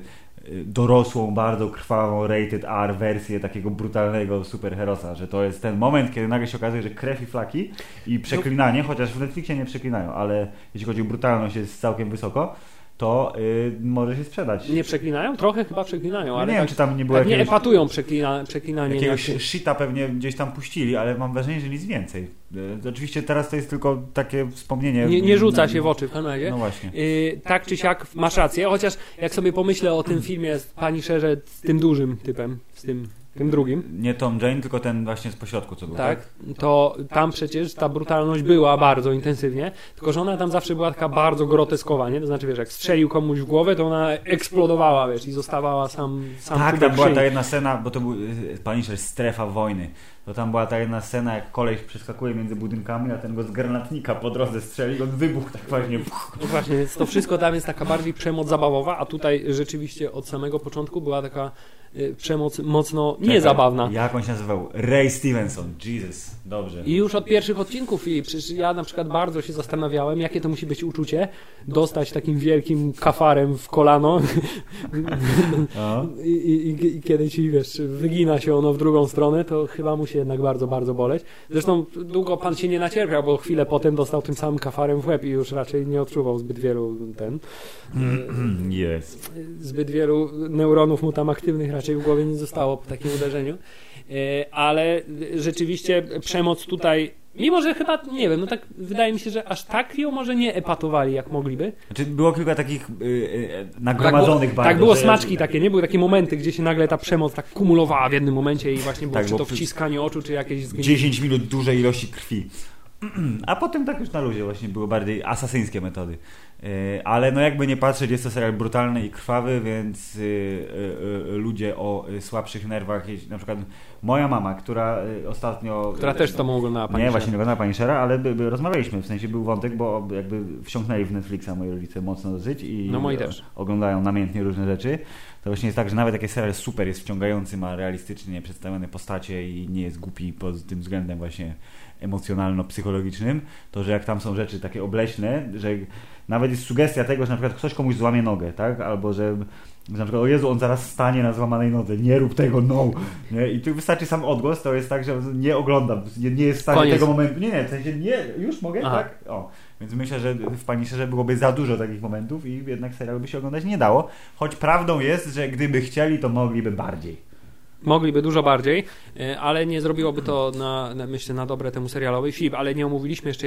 dorosłą, bardzo krwawą rated R wersję takiego brutalnego superherosa, że to jest ten moment, kiedy nagle się okazuje, że krew i flaki i przeklinanie, chociaż w Netflixie nie przeklinają, ale jeśli chodzi o brutalność jest całkiem wysoko, to może się sprzedać. Nie przeklinają? Trochę chyba przeklinają, ale nie wiem, czy tam nie było jakiegoś... Nie epatują przeklinanie. Jakiegoś shita pewnie gdzieś tam puścili, ale mam wrażenie, że nic więcej. Oczywiście teraz to jest tylko takie wspomnienie. Nie rzuca się w oczy w każdym razie. No właśnie. Tak czy siak masz rację, chociaż jak sobie pomyślę o tym filmie z Punisherze z tym dużym typem, z tym drugim. Nie Tom Jane, tylko ten właśnie z pośrodku, co był. Tak, to tam przecież ta brutalność była bardzo intensywnie, tylko że ona tam zawsze była taka bardzo groteskowa, nie? To znaczy, wiesz, jak strzelił komuś w głowę, to ona eksplodowała, wiesz, i zostawała sam tak, tam była ta jedna scena, bo to był Punisher Strefa Wojny. To tam była ta jedna scena, jak koleś przeskakuje między budynkami, a ten go z granatnika po drodze strzeli, on wybuchł tak właśnie. No właśnie, więc to wszystko tam jest taka bardziej przemoc zabawowa, a tutaj rzeczywiście od samego początku była taka przemoc mocno niezabawna. Jak on się nazywał? Ray Stevenson. Jesus. Dobrze. I już od pierwszych odcinków i przecież ja na przykład bardzo się zastanawiałem, jakie to musi być uczucie dostać takim wielkim kafarem w kolano i kiedy ci, wiesz, wygina się ono w drugą stronę, to chyba musi jednak bardzo, bardzo boleć. Zresztą długo pan się nie nacierpiał, bo chwilę potem dostał tym samym kafarem w łeb i już raczej nie odczuwał zbyt wielu zbyt wielu neuronów mu tam aktywnych raczej w głowie nie zostało po takim uderzeniu. Ale rzeczywiście przemoc tutaj, mimo że chyba, nie wiem, no tak wydaje mi się, że aż tak ją może nie epatowali, jak mogliby. Znaczy było kilka takich nagromadzonych bardzo. Tak było smaczki takie, nie? Były takie momenty, gdzie się nagle ta przemoc tak kumulowała w jednym momencie i właśnie było czy to wciskanie oczu, czy jakieś... 10 minut dużej ilości krwi. A potem tak już na luzie właśnie były bardziej asasyńskie metody. Ale no jakby nie patrzeć, jest to serial brutalny i krwawy, więc ludzie o słabszych nerwach, na przykład moja mama, która ostatnio... Która też to oglądała Punishera. Nie, właśnie nie oglądała Punishera, ale rozmawialiśmy, w sensie był wątek, bo jakby wsiąknęli w Netflixa moi rodzice mocno dosyć i no moi też. Oglądają namiętnie różne rzeczy. To właśnie jest tak, że nawet taki serial super jest wciągający, ma realistycznie przedstawione postacie i nie jest głupi pod tym względem właśnie emocjonalno-psychologicznym, to że jak tam są rzeczy takie obleśne, że nawet jest sugestia tego, że na przykład ktoś komuś złamie nogę, tak? Albo że na przykład, o Jezu, on zaraz stanie na złamanej nodze, nie rób tego, no. Nie? I tu wystarczy sam odgłos, to jest tak, że nie oglądam, nie jest w stanie tego momentu. Nie, w sensie nie, już mogę, tak? O. Więc myślę, że w Punisherze byłoby za dużo takich momentów i jednak serial by się oglądać nie dało. Choć prawdą jest, że gdyby chcieli, to mogliby bardziej. Mogliby dużo bardziej, ale nie zrobiłoby to myślę na dobre temu serialowi. Filip, ale nie omówiliśmy jeszcze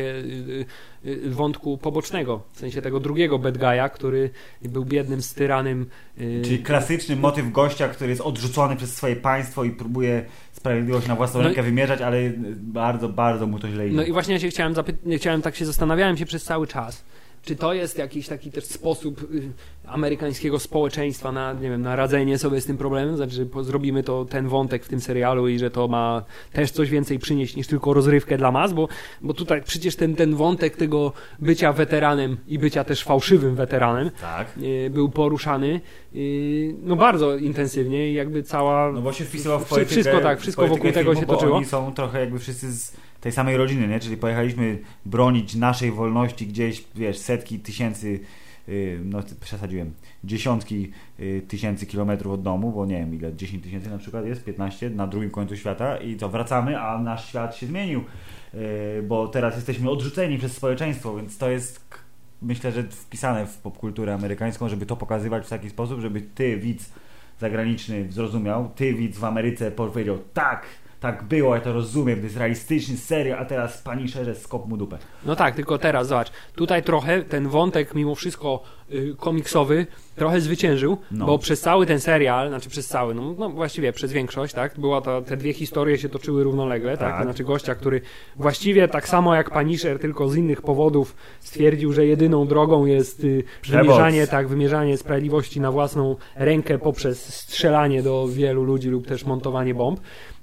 wątku pobocznego, w sensie tego drugiego bad guy'a, który był biednym, styranym. Czyli klasyczny motyw gościa, który jest odrzucony przez swoje państwo i próbuje sprawiedliwość na własną rękę wymierzać, ale bardzo, bardzo mu to źle idzie. No i właśnie ja się chciałem tak się zastanawiałem się przez cały czas. Czy to jest jakiś taki też sposób amerykańskiego społeczeństwa na, nie wiem, na radzenie sobie z tym problemem? Znaczy, że zrobimy ten wątek w tym serialu i że to ma też coś więcej przynieść niż tylko rozrywkę dla mas, bo tutaj przecież ten wątek tego bycia weteranem i bycia też fałszywym weteranem był poruszany no bardzo intensywnie i jakby cała... No bo się wpisywał w politykę. Wszystko wokół tego się toczyło. Oni są trochę jakby wszyscy z tej samej rodziny, nie? Czyli pojechaliśmy bronić naszej wolności gdzieś, wiesz, setki tysięcy, no przesadziłem, dziesiątki tysięcy kilometrów od domu, bo nie wiem ile, 10 tysięcy na przykład jest, 15 na drugim końcu świata i to wracamy, a nasz świat się zmienił, bo teraz jesteśmy odrzuceni przez społeczeństwo, więc to jest, myślę, że wpisane w popkulturę amerykańską, żeby to pokazywać w taki sposób, żeby ty, widz zagraniczny, zrozumiał, ty, widz w Ameryce powiedział tak było, ja to rozumiem, to jest realistyczny serial, a teraz Punisherze skop mu dupę. No tak, tylko teraz zobacz, tutaj trochę ten wątek mimo wszystko komiksowy trochę zwyciężył, bo przez cały ten serial, znaczy przez cały, no właściwie przez większość, tak, było to, te dwie historie się toczyły równolegle, tak, to znaczy gościa, który właściwie tak samo jak Punisher, tylko z innych powodów stwierdził, że jedyną drogą jest wymierzanie sprawiedliwości na własną rękę poprzez strzelanie do wielu ludzi lub też montowanie bomb.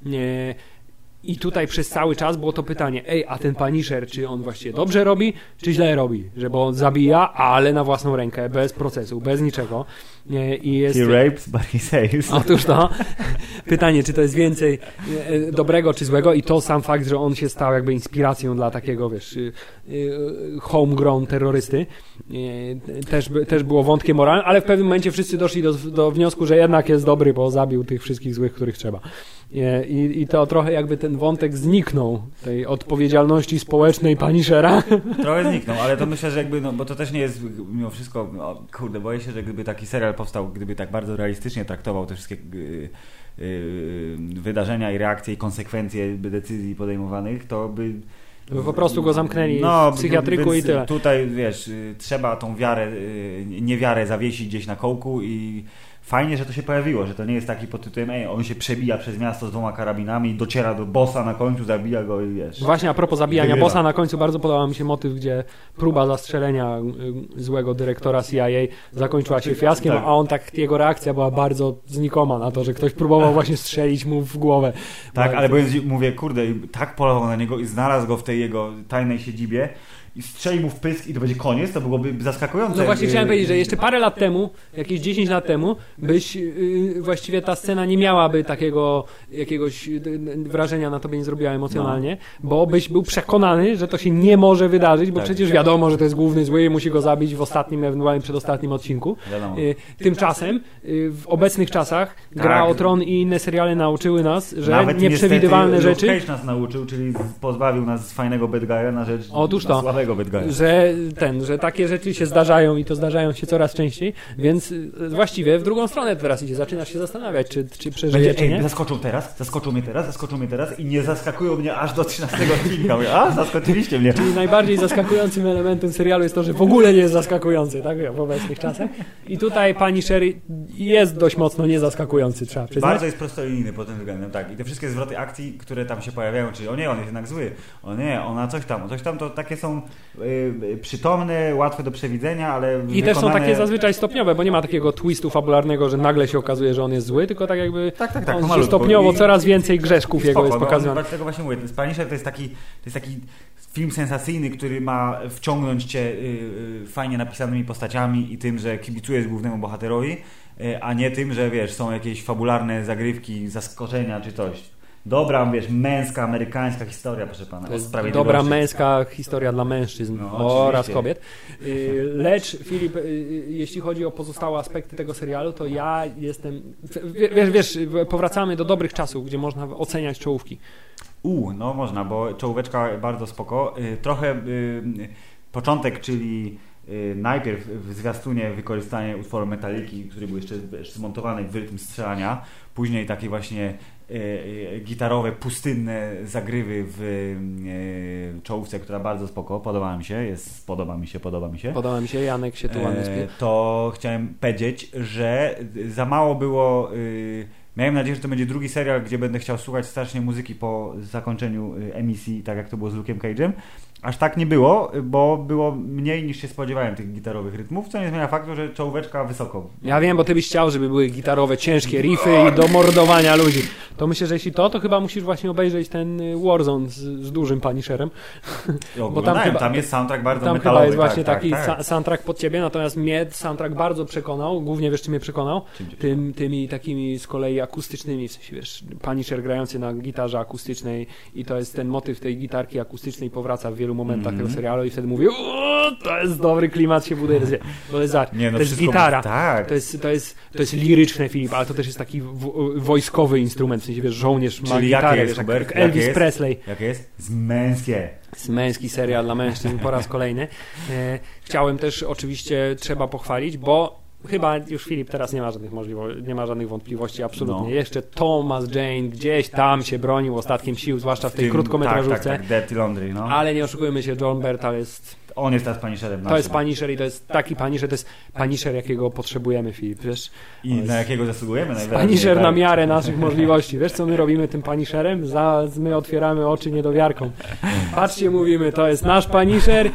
I tutaj przez cały czas było to pytanie, a ten Punisher, czy on właściwie dobrze robi, czy źle robi, że bo on zabija, ale na własną rękę, bez procesu, bez niczego. I jest... He rapes, but he saves. Otóż to. Pytanie, czy to jest więcej dobrego czy złego i to sam fakt, że on się stał jakby inspiracją dla takiego, wiesz, homegrown terrorysty. Też było wątkiem moralnym, ale w pewnym momencie wszyscy doszli do wniosku, że jednak jest dobry, bo zabił tych wszystkich złych, których trzeba. I to trochę jakby ten wątek zniknął, tej odpowiedzialności społecznej Punishera. Trochę zniknął, ale to myślę, że jakby, no bo to też nie jest mimo wszystko, kurde, boję się, że gdyby taki serial powstał, gdyby tak bardzo realistycznie traktował te wszystkie wydarzenia i reakcje i konsekwencje decyzji podejmowanych, to by po prostu go zamknęli w psychiatryku i tyle. Tutaj, wiesz, trzeba tą wiarę, niewiarę zawiesić gdzieś na kołku i fajnie, że to się pojawiło, że to nie jest taki pod tytułem on się przebija przez miasto z 2 karabinami, dociera do bossa na końcu, zabija go i wiesz. Właśnie a propos zabijania bossa na końcu, bardzo podobał mi się motyw, gdzie próba zastrzelenia złego dyrektora CIA zakończyła się fiaskiem, a on jego reakcja była bardzo znikoma na to, że ktoś próbował właśnie strzelić mu w głowę. Tak, ale mówię, kurde, tak polował na niego i znalazł go w tej jego tajnej siedzibie i strzeli mu w pysk i to będzie koniec, to byłoby zaskakujące. No właśnie chciałem powiedzieć, że jeszcze parę lat temu, jakieś 10 lat temu, właściwie ta scena nie miałaby takiego jakiegoś wrażenia na tobie nie zrobiła emocjonalnie, bo byś był przekonany, że to się nie może wydarzyć, bo przecież wiadomo, że to jest główny zły i musi go zabić w ostatnim, ewentualnie przedostatnim odcinku. Tymczasem w obecnych czasach Gra o Tron i inne seriale nauczyły nas, że nawet nieprzewidywalne rzeczy... Luke Cage nas nauczył, czyli pozbawił nas z fajnego bad guy'a na rzecz słabego bad guy'a. Że takie rzeczy się zdarzają i to zdarzają się coraz częściej, więc właściwie w drugą stronę teraz idzie. Zaczynasz się zastanawiać, czy przeżyje, czy nie. Zaskoczył mnie teraz i nie zaskakują mnie aż do 13 odcinka. Zaskoczyliście mnie. Czyli najbardziej zaskakującym elementem serialu jest to, że w ogóle nie jest zaskakujący, tak, w obecnych czasach. I tutaj Punisher jest dość mocno niezaskakujący, trzeba przyznać. Bardzo jest prostolinijny pod tym względem, tak. I te wszystkie zwroty akcji, które tam się pojawiają, czyli on jest jednak zły, ona coś tam, to takie są przytomne, łatwe do przewidzenia, ale i też są takie zazwyczaj stopniowe, bo nie ma takiego twistu fabularnego, że nagle się okazuje, że on jest zły, tylko tak jakby on się stopniowo coraz więcej grzeszków jego jest pokazywane. Dlatego właśnie mówię, Punisher to jest taki film sensacyjny, który ma wciągnąć cię fajnie napisanymi postaciami i tym, że kibicujesz głównemu bohaterowi, a nie tym, że wiesz, są jakieś fabularne zagrywki, zaskoczenia czy coś. Dobra, wiesz, męska, amerykańska historia, proszę pana. To jest dobra męska historia dla mężczyzn oraz kobiet. Lecz, Filip, jeśli chodzi o pozostałe aspekty tego serialu, to ja jestem... Wiesz, powracamy do dobrych czasów, gdzie można oceniać czołówki. No można, bo czołóweczka bardzo spoko. Trochę początek, czyli najpierw w zwiastunie wykorzystanie utworu Metaliki, który był jeszcze zmontowany w rytm strzelania, później takie właśnie gitarowe, pustynne zagrywy w czołówce, która bardzo spoko, podoba mi się. Podoba mi się, Janek się tu ładnie spie. To chciałem powiedzieć, że za mało było... Miałem nadzieję, że to będzie drugi serial, gdzie będę chciał słuchać strasznie muzyki po zakończeniu emisji, tak jak to było z Luke'em Cage'em. Aż tak nie było, bo było mniej niż się spodziewałem tych gitarowych rytmów, co nie zmienia faktu, że czołóweczka wysoko. Ja wiem, bo ty byś chciał, żeby były gitarowe, ciężkie riffy i do mordowania ludzi. To myślę, że jeśli to chyba musisz właśnie obejrzeć ten Warzone z dużym Punisherem. Bo tam jest soundtrack bardzo tam metalowy. Tam chyba jest właśnie taki soundtrack pod ciebie, natomiast mnie soundtrack bardzo przekonał, głównie wiesz, czy mnie przekonał? Tymi takimi z kolei akustycznymi, w sensie wiesz, Punisher grający na gitarze akustycznej i to jest ten motyw tej gitarki akustycznej powraca w wielu momentach tego serialu i wtedy mówię, to jest dobry klimat się buduje. To jest gitara. Tak. To jest liryczne, Filip, ale to też jest taki wojskowy instrument, w sensie wiesz, żołnierz ma gitarę, wiesz, jak Elvis Presley. Jakie jest? Zmęskie. Męski serial dla mężczyzn po raz kolejny. Chciałem też oczywiście trzeba pochwalić, bo chyba już Filip teraz nie ma żadnych wątpliwości, absolutnie. Jeszcze Thomas Jane gdzieś tam się bronił ostatkiem sił, zwłaszcza w tej krótkometrażówce. Tak, Dirty Laundry, no. Ale nie oszukujmy się, John Bernthal jest... On jest teraz Punisherem. To jest Punisher i to jest taki Punisher, to jest Punisher, jakiego potrzebujemy, Filip, wiesz? I na jakiego zasługujemy? Punisher na miarę naszych możliwości. Wiesz, co my robimy tym Punisherem? My otwieramy oczy niedowiarkom. Patrzcie, mówimy, to jest nasz Punisher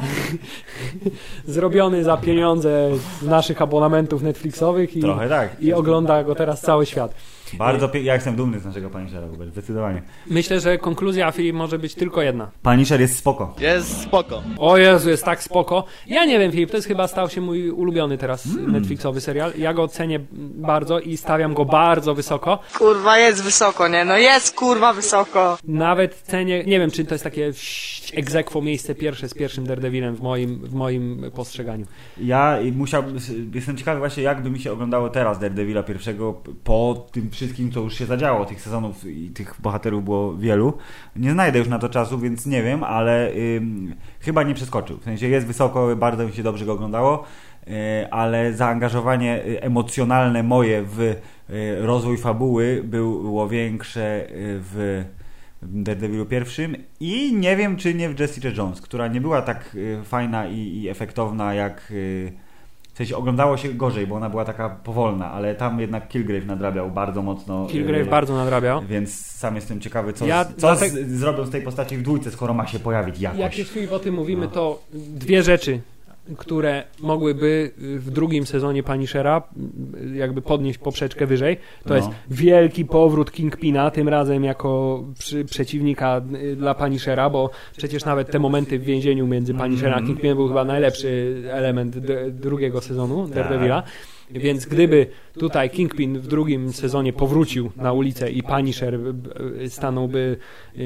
zrobiony za pieniądze z naszych abonamentów Netflixowych i ogląda go teraz cały świat. Ja jestem dumny z naszego Punishera, zdecydowanie. Myślę, że konkluzja, Filip, może być tylko jedna. Punisher jest spoko. Jest spoko. O Jezu, jest tak spoko. Ja nie wiem, Filip, to jest chyba stał się mój ulubiony teraz Netflixowy serial. Ja go cenię bardzo i stawiam go bardzo wysoko. Kurwa, jest wysoko, nie? No jest, kurwa, wysoko. Nawet cenię, nie wiem, czy to jest takie ex aequo miejsce pierwsze z pierwszym Daredevilem w moim postrzeganiu. Jestem ciekawy właśnie, jakby mi się oglądało teraz Daredevila pierwszego po tym wszystkim, co już się zadziało. Tych sezonów i tych bohaterów było wielu. Nie znajdę już na to czasu, więc nie wiem, ale chyba nie przeskoczył. W sensie jest wysoko, bardzo mi się dobrze go oglądało, ale zaangażowanie emocjonalne moje w rozwój fabuły było większe w Daredevilu pierwszym i nie wiem, czy nie w Jessica Jones, która nie była tak fajna i efektowna jak... W sensie oglądało się gorzej, bo ona była taka powolna, ale tam jednak Kilgrave nadrabiał bardzo mocno. Kilgrave bardzo nadrabiał. Więc sam jestem ciekawy, co zrobią z tej postaci w dwójce, skoro ma się pojawić jakoś. Jak już o tym mówimy, to dwie rzeczy, które mogłyby w drugim sezonie Punishera jakby podnieść poprzeczkę wyżej. To jest wielki powrót Kingpina, tym razem jako przeciwnika dla Punishera, bo przecież nawet te momenty w więzieniu między Punisherem a Kingpinem był chyba najlepszy element drugiego sezonu Daredevila. Więc gdyby tutaj Kingpin w drugim sezonie powrócił na ulicę i Punisher stanąłby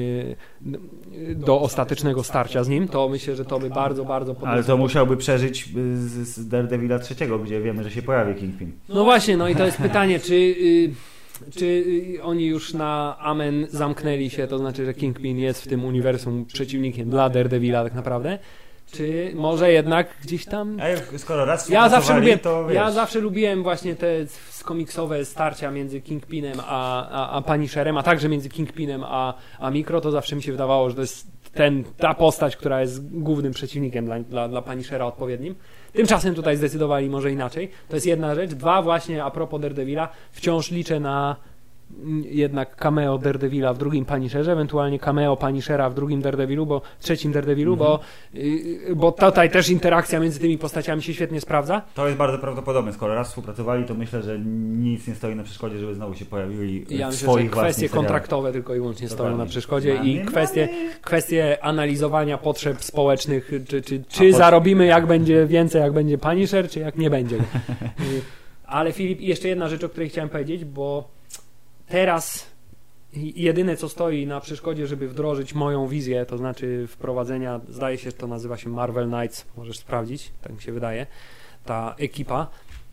do ostatecznego starcia z nim, to myślę, że to by bardzo, bardzo podniosło. Ale to musiałby przeżyć z Daredevila trzeciego, gdzie wiemy, że się pojawi Kingpin. No właśnie, no i to jest pytanie, czy oni już na amen zamknęli się, to znaczy, że Kingpin jest w tym uniwersum przeciwnikiem dla Daredevila tak naprawdę? Czy może jednak gdzieś tam... Skoro raz ja zawsze lubiłem właśnie te komiksowe starcia między Kingpinem a Punisherem, a także między Kingpinem a Mikro, to zawsze mi się wydawało, że to jest ta postać, która jest głównym przeciwnikiem dla Punishera odpowiednim. Tymczasem tutaj zdecydowali może inaczej. To jest jedna rzecz. Dwa, właśnie a propos Daredevila, wciąż liczę na jednak cameo Daredevila w drugim Punisherze, ewentualnie cameo Punishera w drugim Daredevilu, trzecim Daredevilu, bo tutaj też interakcja między tymi postaciami się świetnie sprawdza. To jest bardzo prawdopodobne. Skoro raz współpracowali, to myślę, że nic nie stoi na przeszkodzie, żeby znowu się pojawili w swoich myślę, że kwestie kontraktowe tylko i wyłącznie stoją na przeszkodzie i kwestie analizowania potrzeb społecznych, czy zarobimy jak będzie więcej, jak będzie Punisher, czy jak nie będzie. Ale Filip, jeszcze jedna rzecz, o której chciałem powiedzieć, bo teraz jedyne, co stoi na przeszkodzie, żeby wdrożyć moją wizję, to znaczy wprowadzenia, zdaje się, że to nazywa się Marvel Knights, możesz sprawdzić, tak mi się wydaje, ta ekipa.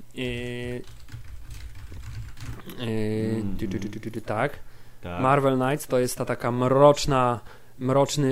Tak. Marvel Knights to jest ta taka mroczny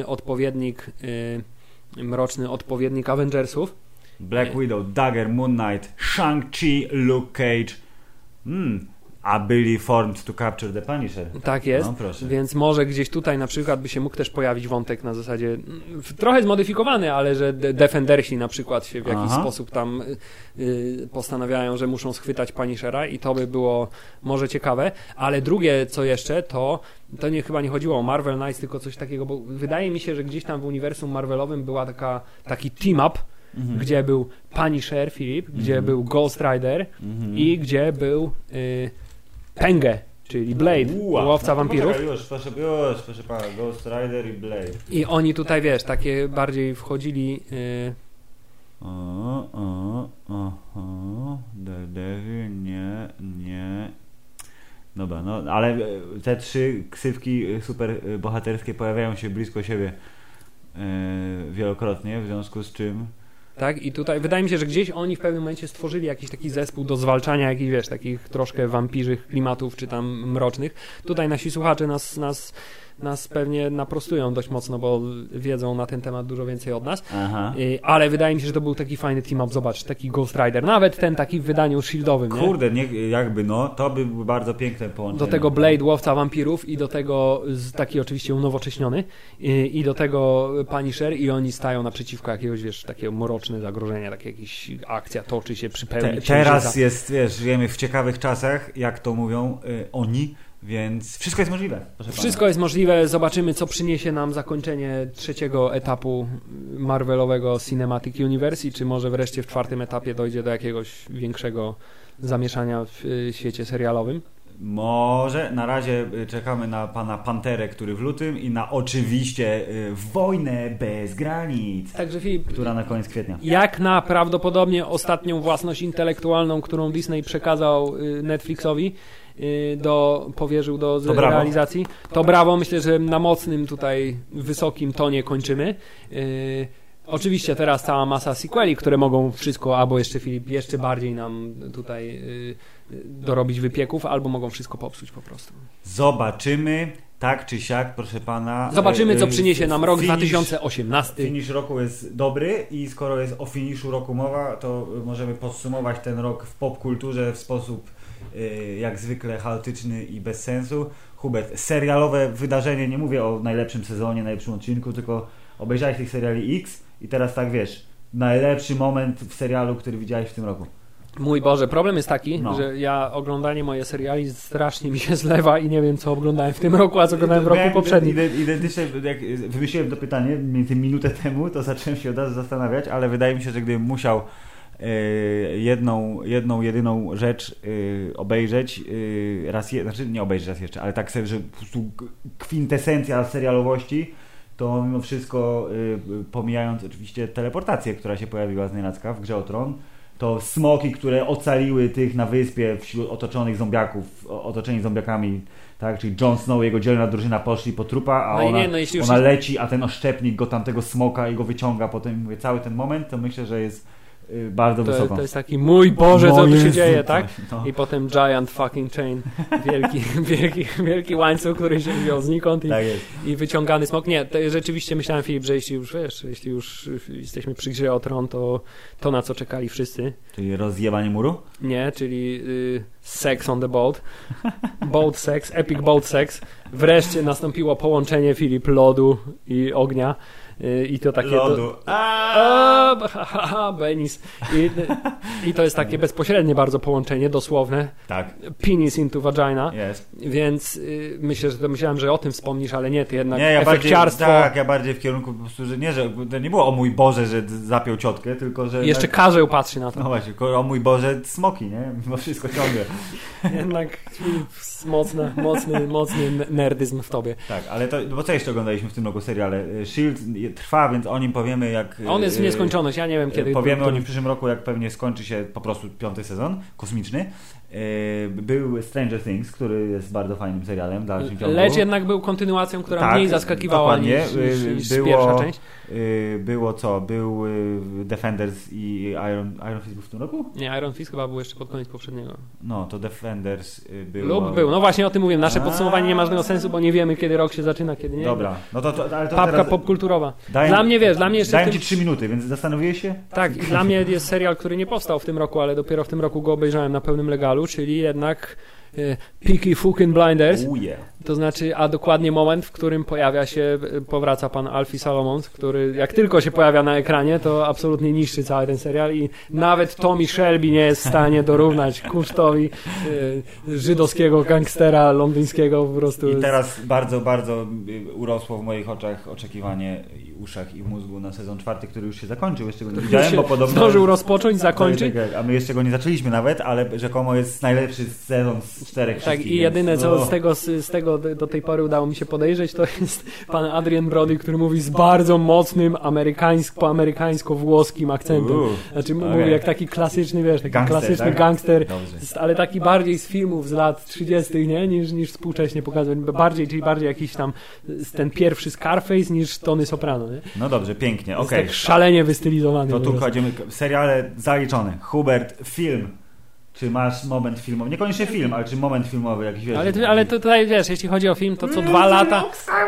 odpowiednik Avengersów. Black Widow, Dagger, Moon Knight, Shang-Chi, Luke Cage. A byli formed to capture the Punisher. Tak jest, więc może gdzieś tutaj na przykład by się mógł też pojawić wątek na zasadzie trochę zmodyfikowany, ale że Defendersi na przykład się w jakiś sposób tam postanawiają, że muszą schwytać Punishera i to by było może ciekawe, ale drugie co jeszcze, to chyba nie chodziło o Marvel Knights, tylko coś takiego, bo wydaje mi się, że gdzieś tam w uniwersum Marvelowym była taki team-up, gdzie był Punisher, Filip, gdzie był Ghost Rider i gdzie był Penge, czyli Blade, łowca wampirów. Już, proszę pana, Ghost Rider i Blade. I oni tutaj, wiesz, takie bardziej wchodzili... Daredevil, nie... Dobra, no, ale te trzy ksywki super bohaterskie pojawiają się blisko siebie wielokrotnie, w związku z czym... Tak, i tutaj wydaje mi się, że gdzieś oni w pewnym momencie stworzyli jakiś taki zespół do zwalczania jakichś, wiesz, takich troszkę wampirzych klimatów, czy tam mrocznych. Tutaj nasi słuchacze nas pewnie naprostują dość mocno, bo wiedzą na ten temat dużo więcej od nas. Ale wydaje mi się, że to był taki fajny team-up, zobacz, taki Ghost Rider, nawet ten taki w wydaniu shieldowym, nie? Kurde, to by było bardzo piękne połączenie. Do tego Blade, łowca wampirów i do tego taki oczywiście unowocześniony i do tego Punisher i oni stają naprzeciwko jakiegoś, wiesz, takiego mroczne zagrożenia, takie jakaś akcja toczy się przy pełni teraz jest, wiesz, żyjemy w ciekawych czasach, jak to mówią oni, więc wszystko jest możliwe. Wszystko jest możliwe. Zobaczymy, co przyniesie nam zakończenie trzeciego etapu Marvelowego Cinematic Universe i czy może wreszcie w czwartym etapie dojdzie do jakiegoś większego zamieszania w świecie serialowym. Może na razie czekamy na pana Panterę, który w lutym i na oczywiście Wojnę bez granic, Także Filip, która na koniec kwietnia. jak na prawdopodobnie ostatnią własność intelektualną, którą Disney przekazał Netflixowi, powierzył do realizacji, to brawo, myślę, że na mocnym tutaj wysokim tonie kończymy. Oczywiście teraz cała masa sequeli, które mogą wszystko, albo jeszcze Filip, jeszcze bardziej nam tutaj dorobić wypieków, albo mogą wszystko popsuć po prostu. Zobaczymy, tak czy siak, proszę pana. Zobaczymy, co przyniesie nam rok 2018. Finish roku jest dobry i skoro jest o finiszu roku mowa, to możemy podsumować ten rok w popkulturze w sposób jak zwykle chaotyczny i bez sensu. Hubert, serialowe wydarzenie, nie mówię o najlepszym sezonie, najlepszym odcinku, tylko obejrzałeś tych seriali X i teraz tak wiesz, najlepszy moment w serialu, który widziałeś w tym roku. Mój Boże, problem jest taki, że ja oglądanie moje seriali strasznie mi się zlewa i nie wiem, co oglądałem w tym roku, a co oglądałem w roku poprzednim. Identycznie, jak wymyśliłem to pytanie mniej więcej minutę temu, to zacząłem się od razu zastanawiać, ale wydaje mi się, że gdybym musiał jedyną rzecz obejrzeć znaczy nie obejrzeć raz jeszcze, ale tak sobie, że po prostu kwintesencja serialowości, to mimo wszystko pomijając oczywiście teleportację, która się pojawiła z nienacka w Grze o Tron, to smoki, które ocaliły tych na wyspie wśród otoczonych zombiaków, otoczeni zombiakami, tak, czyli Jon Snow i jego dzielna drużyna poszli po trupa, a ona leci, a ten oszczepnik go tamtego smoka i go wyciąga, potem mówię, cały ten moment, to myślę, że jest bardzo wysoko. To jest taki, mój Boże, co tu się dzieje, tak? No. I potem giant fucking chain, wielki łańcuch, który się wziął znikąd i wyciągany smok. Nie, rzeczywiście myślałem, Filip, że jeśli już jesteśmy przy Grze o Tron, to na co czekali wszyscy. Czyli rozjebanie muru? Nie, czyli sex on the boat. Boat sex, epic boat sex. Wreszcie nastąpiło połączenie, Filip, lodu i ognia. I to takie... Lodu. Penis. I to jest takie bezpośrednie bardzo połączenie, dosłowne. Tak. Penis into vagina. Yes. Więc myślałem, że o tym wspomnisz, ale nie, ty jednak ja efekciarstwo... ja bardziej w kierunku po prostu, że to nie było o mój Boże, że zapiął ciotkę, tylko że... Jeszcze karzeł patrzy na to. No właśnie, o mój Boże, smoki, nie? Mimo wszystko ciągle. Jednak mocny nerdyzm w tobie. Tak, ale to, bo co jeszcze oglądaliśmy w tym roku seriale? Shield trwa, więc o nim powiemy jak... On jest w nieskończoność, ja nie wiem kiedy... Powiemy o nim w przyszłym roku, jak pewnie skończy się po prostu 5. sezon kosmiczny. Był Stranger Things, który jest bardzo fajnym serialem w dalszym ciągu. Lecz jednak był kontynuacją, która mniej zaskakiwała niż pierwsza część. Był Defenders i Iron Fist był w tym roku? Nie, Iron Fist chyba był jeszcze pod koniec poprzedniego. No, to Defenders było... Był. No właśnie o tym mówię. Nasze podsumowanie nie ma żadnego sensu, bo nie wiemy, kiedy rok się zaczyna, kiedy nie. Dobra. No to ale to papka teraz... popkulturowa. Dla mnie jeszcze... Dałem ci 3 minuty, więc zastanowiłeś się? Tak, i dla mnie jest serial, który nie powstał w tym roku, ale dopiero w tym roku go obejrzałem na pełnym legalu, czyli jednak Peaky Fucking Blinders. To znaczy, a dokładnie moment, w którym powraca pan Alfie Solomons, który jak tylko się pojawia na ekranie, to absolutnie niszczy cały ten serial i nawet Tommy Shelby nie jest w stanie dorównać kunsztowi żydowskiego gangstera londyńskiego po prostu. I teraz bardzo, bardzo urosło w moich oczach oczekiwanie i uszach i mózgu na sezon 4, który już się zakończył, jeszcze go nie widziałem, bo podobno... Zdążył rozpocząć, zakończyć. A my jeszcze go nie zaczęliśmy nawet, ale rzekomo jest najlepszy sezon z 4 tak, wszystkich. I jedyne co z tego do tej pory udało mi się podejrzeć, to jest pan Adrian Brody, który mówi z bardzo mocnym po amerykańsko-włoskim akcentem. Znaczy mówi jak taki klasyczny, taki klasyczny gangster, ale taki bardziej z filmów z lat 30., nie? Niż współcześnie pokazany. Bardziej jakiś tam ten pierwszy Scarface niż Tony Soprano. Nie? No dobrze, pięknie, okej. Tak szalenie wystylizowany. To tu kładziemy seriale zaliczone. Hubert, film. Czy masz moment filmowy? Niekoniecznie film, ale czy moment filmowy jakiś, wiesz? Ale tutaj wiesz, jeśli chodzi o film, to co 2 lata...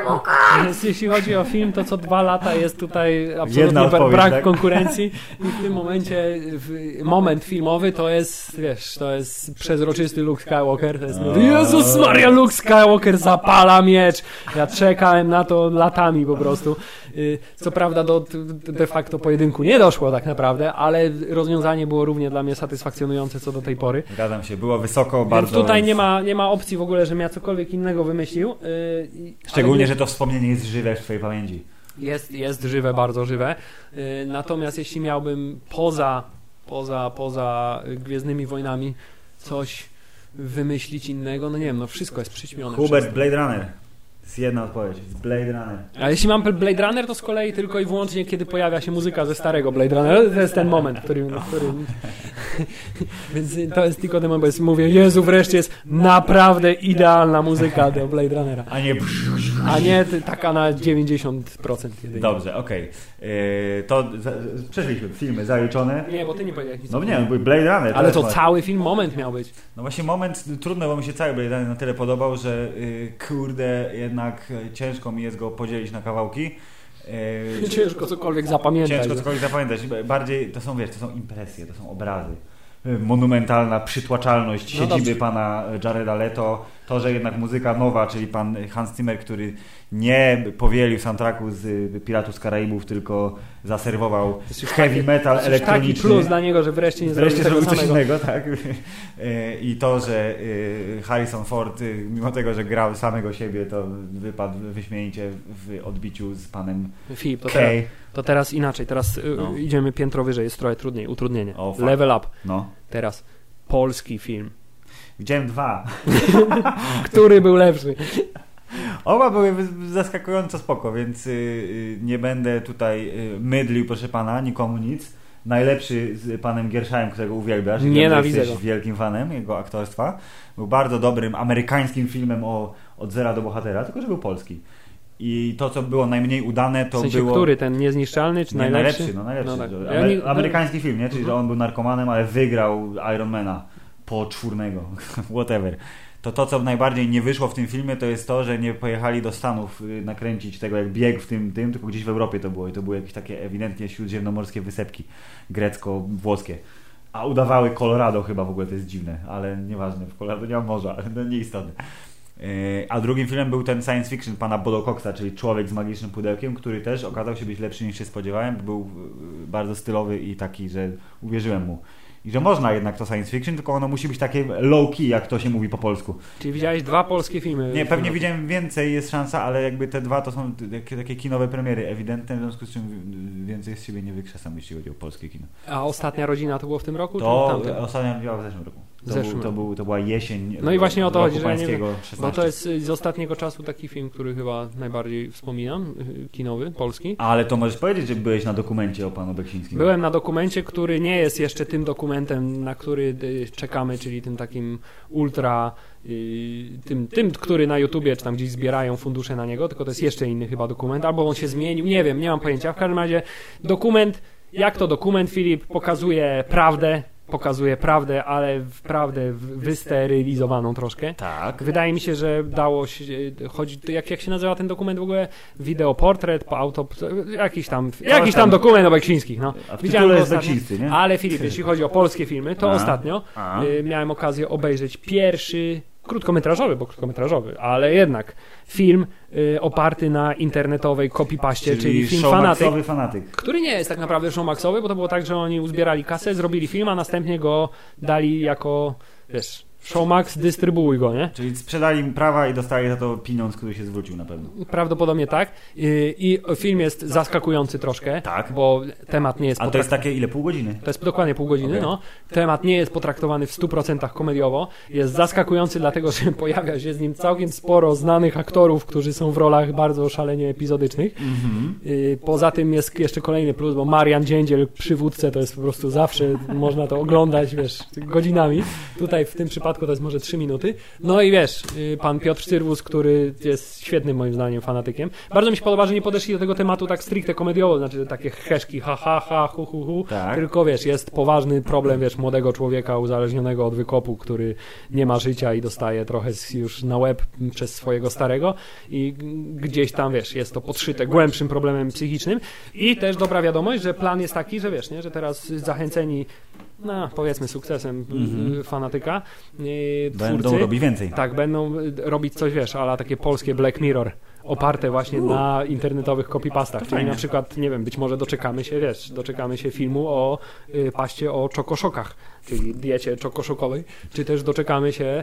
Jeśli chodzi o film, to co 2 lata jest tutaj absolutnie brak konkurencji i w tym momencie moment filmowy to jest, wiesz, to jest przezroczysty Luke Skywalker. To jest Jezus Maria, Luke Skywalker zapala miecz. Ja czekałem na to latami po prostu. Co prawda do de facto pojedynku nie doszło tak naprawdę, ale rozwiązanie było równie dla mnie satysfakcjonujące co do tej pory. Zgadzam się, było wysoko, bardzo... Więc tutaj nie ma opcji w ogóle, żebym ja cokolwiek innego wymyślił. Szczególnie, że to wspomnienie jest żywe w twojej pamięci. Jest żywe, bardzo żywe. Natomiast jeśli miałbym poza Gwiezdnymi Wojnami coś wymyślić innego, no nie wiem, no wszystko jest przyćmione. Hubert, Blade Runner. Jest jedna odpowiedź. Blade Runner. A jeśli mam Blade Runner, to z kolei tylko i wyłącznie, kiedy pojawia się muzyka ze starego Blade Runnera. To jest ten moment, w którym... Więc to jest tylko ten moment, bo mówię, Jezu, wreszcie jest naprawdę idealna muzyka do Blade Runnera. A nie taka na 90% jedynie. Dobrze, okej. To przeszliśmy filmy zaliczone. Nie, bo ty nie powiedziałeś nic. No nie, Blade Runner. Ale to cały film, moment miał być. No właśnie moment trudny, bo mi się cały Blade Runner na tyle podobał, że kurde, jednak ciężko mi jest go podzielić na kawałki. Ciężko cokolwiek zapamiętać. Bardziej to są, wiesz, to są impresje, to są obrazy. Monumentalna przytłaczalność siedziby pana Jareda Leto, to, że jednak muzyka nowa, czyli pan Hans Zimmer, który nie powielił soundtracku z Piratów z Karaibów, tylko zaserwował heavy metal elektroniczny. Taki plus dla niego, że wreszcie nie zrobił coś innego, tak. I to, że Harrison Ford, mimo tego, że grał samego siebie, to wypadł wyśmienicie w odbiciu z panem Filip, to teraz inaczej, teraz idziemy piętro wyżej, jest trochę trudniej, utrudnienie. Level up. No. Teraz polski film. Widziałem 2. Który był lepszy? Oba były zaskakująco spoko, więc nie będę tutaj mydlił, proszę pana, nikomu nic. Najlepszy z panem Gierszałem, którego uwielbiasz. Nienawidzę jesteś wielkim fanem jego aktorstwa. Był bardzo dobrym amerykańskim filmem od zera do bohatera, tylko że był polski. I to, co było najmniej udane, to w sensie było... który? Ten niezniszczalny czy najlepszy? Najlepszy. No tak. Amerykański film, nie? Czyli że on był narkomanem, ale wygrał Ironmana poczwórnego. Whatever. To, co najbardziej nie wyszło w tym filmie, to jest to, że nie pojechali do Stanów nakręcić tego, jak bieg w tym, tylko gdzieś w Europie to było. I to były jakieś takie ewidentnie śródziemnomorskie wysepki grecko-włoskie. A udawały Colorado chyba, w ogóle to jest dziwne, ale nieważne, w Colorado nie ma morza, ale to nieistotne. A drugim filmem był ten science fiction pana Bodo Coxa, czyli Człowiek z magicznym pudełkiem, który też okazał się być lepszy niż się spodziewałem. Był bardzo stylowy i taki, że uwierzyłem mu. I że można jednak to science fiction, tylko ono musi być takie low key, jak to się mówi po polsku. Czyli widziałeś 2 polskie filmy? Nie, pewnie widziałem więcej, jest szansa, ale jakby te 2 to są takie kinowe premiery ewidentne, w związku z czym więcej z siebie nie wykrzesam, jeśli chodzi o polskie kino. A Ostatnia Rodzina to było w tym roku? To Ostatnia Rodzina w zeszłym roku. To była jesień. No i właśnie o to chodzi, że nie wiem, 16. bo to jest z ostatniego czasu taki film, który chyba najbardziej wspominam, kinowy, polski. Ale to możesz powiedzieć, że byłeś na dokumencie o panu Beksińskim. Byłem na dokumencie, który nie jest jeszcze tym dokumentem, na który czekamy, czyli tym takim ultra, tym, który na YouTubie czy tam gdzieś zbierają fundusze na niego, tylko to jest jeszcze inny chyba dokument, albo on się zmienił, nie wiem, nie mam pojęcia. W każdym razie dokument, jak to dokument, Filip, pokazuje prawdę, ale prawdę wysterylizowaną troszkę. Tak. Wydaje mi się, że dało się chodzić, jak się nazywa ten dokument w ogóle? Wideoportret, jakiś tam dokument o Beksińskich. No. A w tytule jest Beksińscy, nie? Ale Filip, jeśli chodzi o polskie filmy, to ostatnio miałem okazję obejrzeć pierwszy krótkometrażowy, ale jednak film oparty na internetowej copypaście, czyli film Fanatyk, który nie jest tak naprawdę showmaxowy, bo to było tak, że oni uzbierali kasę, zrobili film, a następnie go dali jako, wiesz, Showmax, dystrybuuj go, nie? Czyli sprzedali im prawa i dostali za to pieniądz, który się zwrócił na pewno. Prawdopodobnie tak. I film jest zaskakujący troszkę, tak, bo temat nie jest... A to jest takie ile? Pół godziny? To jest dokładnie pół godziny, okay. No. Temat nie jest potraktowany w 100% komediowo. Jest zaskakujący, dlatego że pojawia się z nim całkiem sporo znanych aktorów, którzy są w rolach bardzo szalenie epizodycznych. Poza tym jest jeszcze kolejny plus, bo Marian Dziędziel, przywódcę, to jest po prostu zawsze, można to oglądać, wiesz, godzinami. Tutaj w tym przypadku to jest może 3 minuty. No i wiesz, pan Piotr Cyrwus, który jest świetnym moim zdaniem fanatykiem. Bardzo mi się podoba, że nie podeszli do tego tematu tak stricte komediowo, znaczy takie heszki, hu, tak. Tylko wiesz, jest poważny problem, wiesz, młodego człowieka uzależnionego od wykopu, który nie ma życia i dostaje trochę już na łeb przez swojego starego i gdzieś tam, wiesz, jest to podszyte głębszym problemem psychicznym i też dobra wiadomość, że plan jest taki, że wiesz, nie, że teraz zachęceni powiedzmy sukcesem fanatyka. Będą robić więcej. Tak, będą robić coś, wiesz, ale takie polskie Black Mirror. oparte właśnie na internetowych copypastach, czyli na przykład, nie wiem, być może doczekamy się filmu o paście o czokoszokach, czyli diecie czokoszokowej, czy też doczekamy się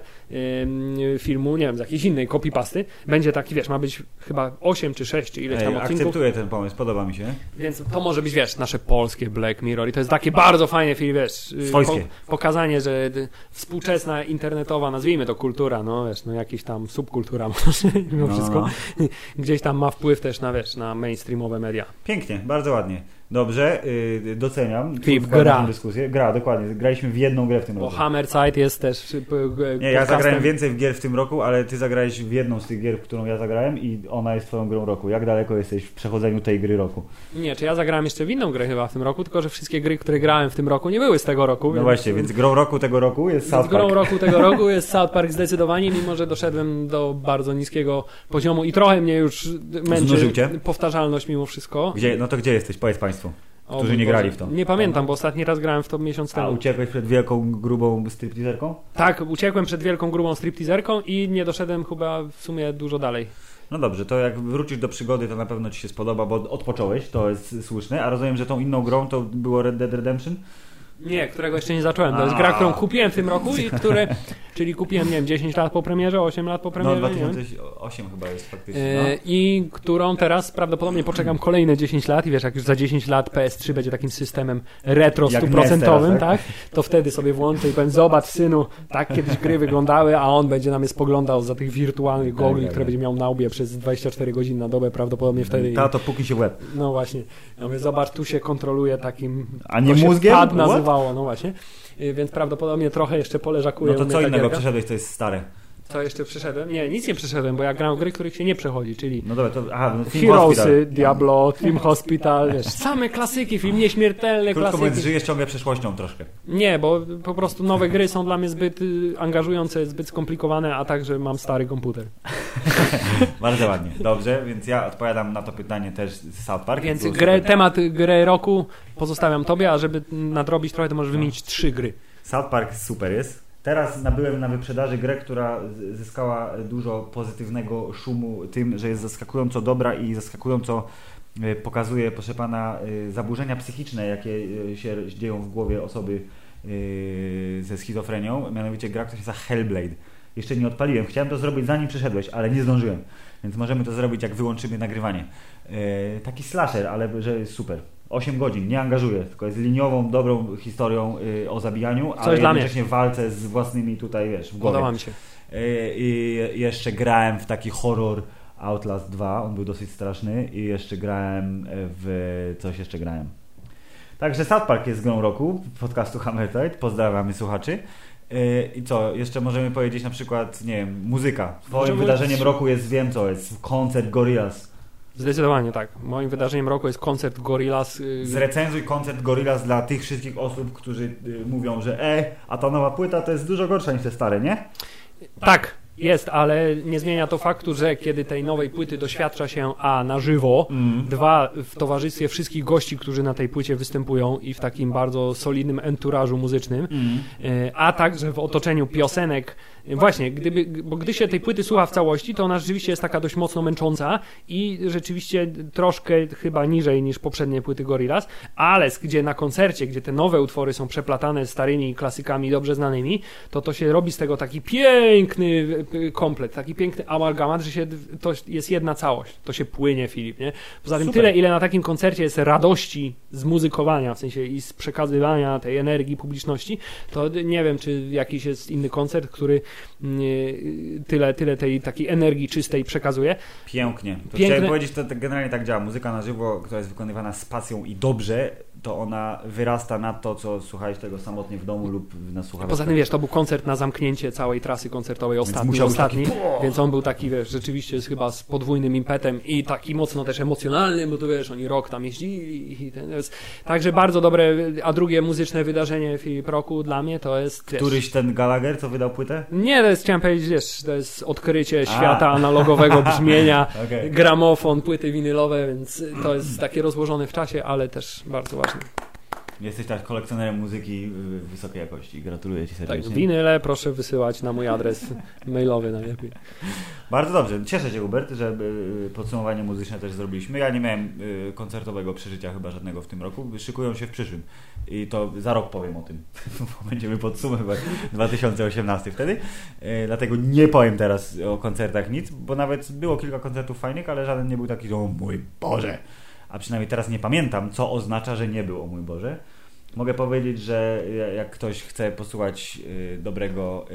filmu, nie wiem, z jakiejś innej copypasty. Będzie taki, ma być chyba 8 czy 6 czy ileś tam odcinków. Akceptuję ten pomysł, podoba mi się. Więc to może być, nasze polskie Black Mirror i to jest takie bardzo fajne film, swojskie. Pokazanie, że współczesna internetowa, nazwijmy to kultura, jakiś tam subkultura może mimo wszystko, gdzieś tam ma wpływ też na mainstreamowe media. Pięknie, bardzo ładnie. Dobrze, doceniam. Filip, gra. Dyskusję. Gra, dokładnie. Graliśmy w jedną grę w tym roku. Bo Hammerside jest też Nie, ja zagrałem więcej w gier w tym roku, ale ty zagrałeś w jedną z tych gier, w którą ja zagrałem i ona jest twoją grą roku. Jak daleko jesteś w przechodzeniu tej gry roku? Nie, czy ja zagrałem jeszcze w inną grę chyba w tym roku, tylko że wszystkie gry, które grałem w tym roku nie były z tego roku. No właśnie, więc grą roku tego roku jest South Park. Grą roku tego roku jest South Park zdecydowanie, mimo że doszedłem do bardzo niskiego poziomu i trochę mnie już męczy powtarzalność mimo wszystko. Gdzie jesteś? Powiedz państwu. Którzy nie grali w to. Nie pamiętam, bo ostatni raz grałem w to miesiąc temu. A uciekłeś przed wielką, grubą stripteaserką? Tak, uciekłem przed wielką, grubą stripteaserką i nie doszedłem chyba w sumie dużo dalej. No dobrze, to jak wrócisz do przygody, to na pewno ci się spodoba, bo odpocząłeś, to jest słuszne, a rozumiem, że tą inną grą to było Red Dead Redemption? Nie, którego jeszcze nie zacząłem. To jest gra, którą kupiłem w tym roku i czyli kupiłem, nie wiem, 10 lat po premierze, 8 lat po premierze. No 2008 chyba jest faktycznie. I którą teraz prawdopodobnie poczekam kolejne 10 lat i jak już za 10 lat PS3 będzie takim systemem retro 100%, tak? To wtedy sobie włączę i powiem, zobacz synu, tak kiedyś gry wyglądały, a on będzie na mnie spoglądał za tych wirtualnych gogli, które będzie miał na łbie przez 24 godziny na dobę, prawdopodobnie wtedy. To póki się w łeb. No właśnie. Ja mówię, zobacz, tu się kontroluje takim... A nie mózgiem? Pad nazywało, no właśnie. Więc prawdopodobnie trochę jeszcze poleżakuje. No to co innego przeszedłeś, to jest stare. Co jeszcze przeszedłem? Nie, nic nie przeszedłem, bo ja gram w gry, których się nie przechodzi, czyli no dobra, Heroesy, Diablo, Team Hospital, same klasyki, film nieśmiertelny, klasyki. Krótko mówiąc, żyjesz ciągle przeszłością troszkę. Nie, bo po prostu nowe gry są dla mnie zbyt angażujące, zbyt skomplikowane, a także mam stary komputer. Bardzo ładnie. Dobrze, więc ja odpowiadam na to pytanie też z South Park. Więc temat gry roku pozostawiam tobie, a żeby nadrobić trochę, to możesz wymienić 3 gry. South Park super jest. Teraz nabyłem na wyprzedaży grę, która zyskała dużo pozytywnego szumu tym, że jest zaskakująco dobra i zaskakująco pokazuje, proszę pana, zaburzenia psychiczne, jakie się dzieją w głowie osoby ze schizofrenią. Mianowicie gra, która się nazywa Hellblade. Jeszcze nie odpaliłem. Chciałem to zrobić zanim przyszedłeś, ale nie zdążyłem. Więc możemy to zrobić, jak wyłączymy nagrywanie. Taki slasher, ale że jest super. 8 godzin, nie angażuje, tylko jest liniową, dobrą historią o zabijaniu, ale jednocześnie walce z własnymi tutaj, w głowie. Podoba mi się. I jeszcze grałem w taki horror Outlast 2, on był dosyć straszny i jeszcze grałem coś jeszcze grałem. Także South Park jest grą roku podcastu Hammerside, pozdrawiamy słuchaczy. I co, jeszcze możemy powiedzieć na przykład, nie wiem, muzyka. Twoim wydarzeniem roku jest, wiem co jest, koncert Gorillaz. Zdecydowanie tak. Moim wydarzeniem roku jest koncert Gorillaz. Zrecenzuj koncert Gorillaz dla tych wszystkich osób, którzy mówią, że a ta nowa płyta to jest dużo gorsza niż te stare, nie? Tak, jest, ale nie zmienia to faktu, że kiedy tej nowej płyty doświadcza się na żywo, 2 w towarzystwie wszystkich gości, którzy na tej płycie występują i w takim bardzo solidnym enturażu muzycznym, a także w otoczeniu piosenek. Właśnie, gdy się tej płyty słucha w całości, to ona rzeczywiście jest taka dość mocno męcząca i rzeczywiście troszkę chyba niżej niż poprzednie płyty Gorillaz, ale gdzie na koncercie, gdzie te nowe utwory są przeplatane starymi klasykami dobrze znanymi, to się robi z tego taki piękny komplet, taki piękny amalgamat, że to jest jedna całość. To się płynie, Filip, nie? Poza tym tyle, ile na takim koncercie jest radości z muzykowania, w sensie i z przekazywania tej energii publiczności, to nie wiem, czy jakiś jest inny koncert, który tyle tej takiej energii czystej przekazuje. Pięknie. Chciałem powiedzieć, to generalnie tak działa. Muzyka na żywo, która jest wykonywana z pasją i dobrze, to ona wyrasta nad to, co słuchałeś tego samotnie w domu lub na słuchawkach. Poza tym, to był koncert na zamknięcie całej trasy koncertowej, ostatni, więc on był taki, rzeczywiście chyba z podwójnym impetem i taki mocno też emocjonalny, bo to oni rok tam jeździli. Także bardzo dobre, a drugie muzyczne wydarzenie w roku dla mnie to jest... Któryś ten Gallagher, co wydał płytę? Nie, chciałem powiedzieć, to jest odkrycie świata analogowego brzmienia, gramofon, płyty winylowe, więc to jest takie rozłożone w czasie, ale też bardzo ważne. Jesteś tak kolekcjonerem muzyki wysokiej jakości. Gratuluję Ci serdecznie. Tak, winyle proszę wysyłać na mój adres mailowy najlepiej. Bardzo dobrze. Cieszę się, Hubert, że podsumowanie muzyczne też zrobiliśmy. Ja nie miałem koncertowego przeżycia chyba żadnego w tym roku. Szykują się w przyszłym. I to za rok powiem o tym. Będziemy podsumowywać 2018 wtedy. Dlatego nie powiem teraz o koncertach nic, bo nawet było kilka koncertów fajnych, ale żaden nie był taki, że o mój Boże. A przynajmniej teraz nie pamiętam, co oznacza, że nie był, o mój Boże. Mogę powiedzieć, że jak ktoś chce posłuchać dobrego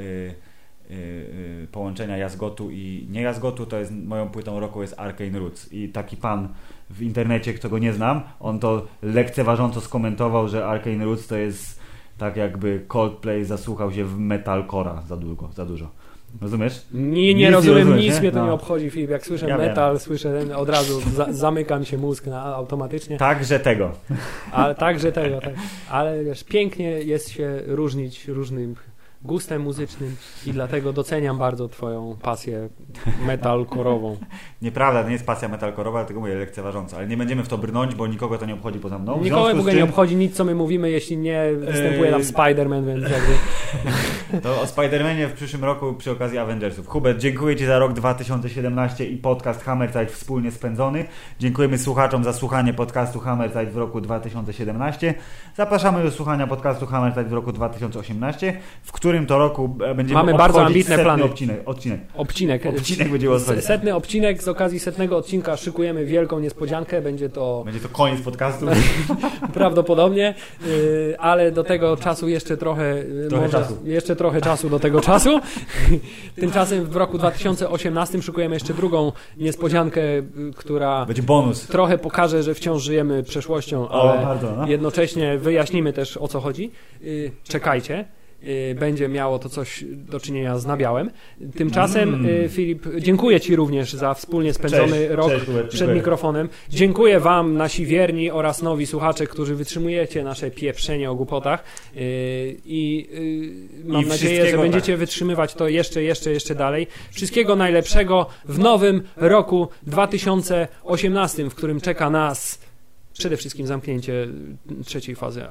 połączenia jazgotu i nie jazgotu, to jest moją płytą roku jest Arcane Roots. I taki pan w internecie, kto go nie znam, on to lekceważąco skomentował, że Arcane Roots to jest tak jakby Coldplay zasłuchał się w metalcore'a za dużo. Rozumiesz? Nie rozumiem, nic mnie to nie obchodzi, Filip. Jak słyszę metal, słyszę od razu, zamyka mi się mózg automatycznie. Także tego. Ale także tego, tak. Ale wiesz, pięknie jest się różnić różnym gustem muzycznym i dlatego doceniam bardzo twoją pasję metalkorową. Nieprawda, to nie jest pasja metalkorowa, dlatego mówię lekceważąco, ale nie będziemy w to brnąć, bo nikogo to nie obchodzi poza mną. Nikogo w ogóle nie obchodzi nic, co my mówimy, jeśli nie występuje tam Spider-Man, więc jakby... To o Spider-Manie w przyszłym roku przy okazji Avengersów. Hubert, dziękuję Ci za rok 2017 i podcast Hammerzeit wspólnie spędzony. Dziękujemy słuchaczom za słuchanie podcastu Hammerzeit w roku 2017. Zapraszamy do słuchania podcastu Hammerzeit w roku 2018, w którym to roku będziemy Mamy bardzo ambitne plany. Odcinek będzie odchodzić. Setny odcinek, z okazji setnego odcinka szykujemy wielką niespodziankę. Będzie to koniec podcastu. Prawdopodobnie, ale do tego czasu jeszcze trochę czasu do tego czasu. Tymczasem w roku 2018 szykujemy jeszcze drugą niespodziankę, która będzie bonus. Trochę pokaże, że wciąż żyjemy przeszłością, ale jednocześnie wyjaśnimy też, o co chodzi. Czekajcie. Będzie miało to coś do czynienia z nabiałem. Tymczasem, Filip, dziękuję Ci również za wspólnie spędzony rok przed mikrofonem. Dziękuję Wam, nasi wierni oraz nowi słuchacze, którzy wytrzymujecie nasze pieprzenie o głupotach i mam nadzieję, że będziecie wytrzymywać to jeszcze dalej. Wszystkiego najlepszego w nowym roku 2018, w którym czeka nas przede wszystkim zamknięcie trzeciej fazy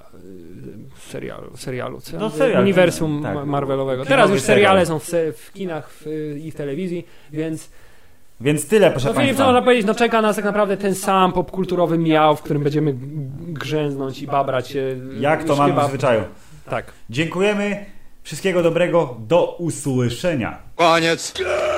serialu uniwersum Marvelowego. Teraz już seriale są w kinach i w telewizji, więc tyle, proszę Państwa. Co można powiedzieć, czeka nas tak naprawdę ten sam popkulturowy miał, w którym będziemy grzęznąć i babrać się. Jak to mamy w zwyczaju. Tak. Dziękujemy. Wszystkiego dobrego. Do usłyszenia. Koniec.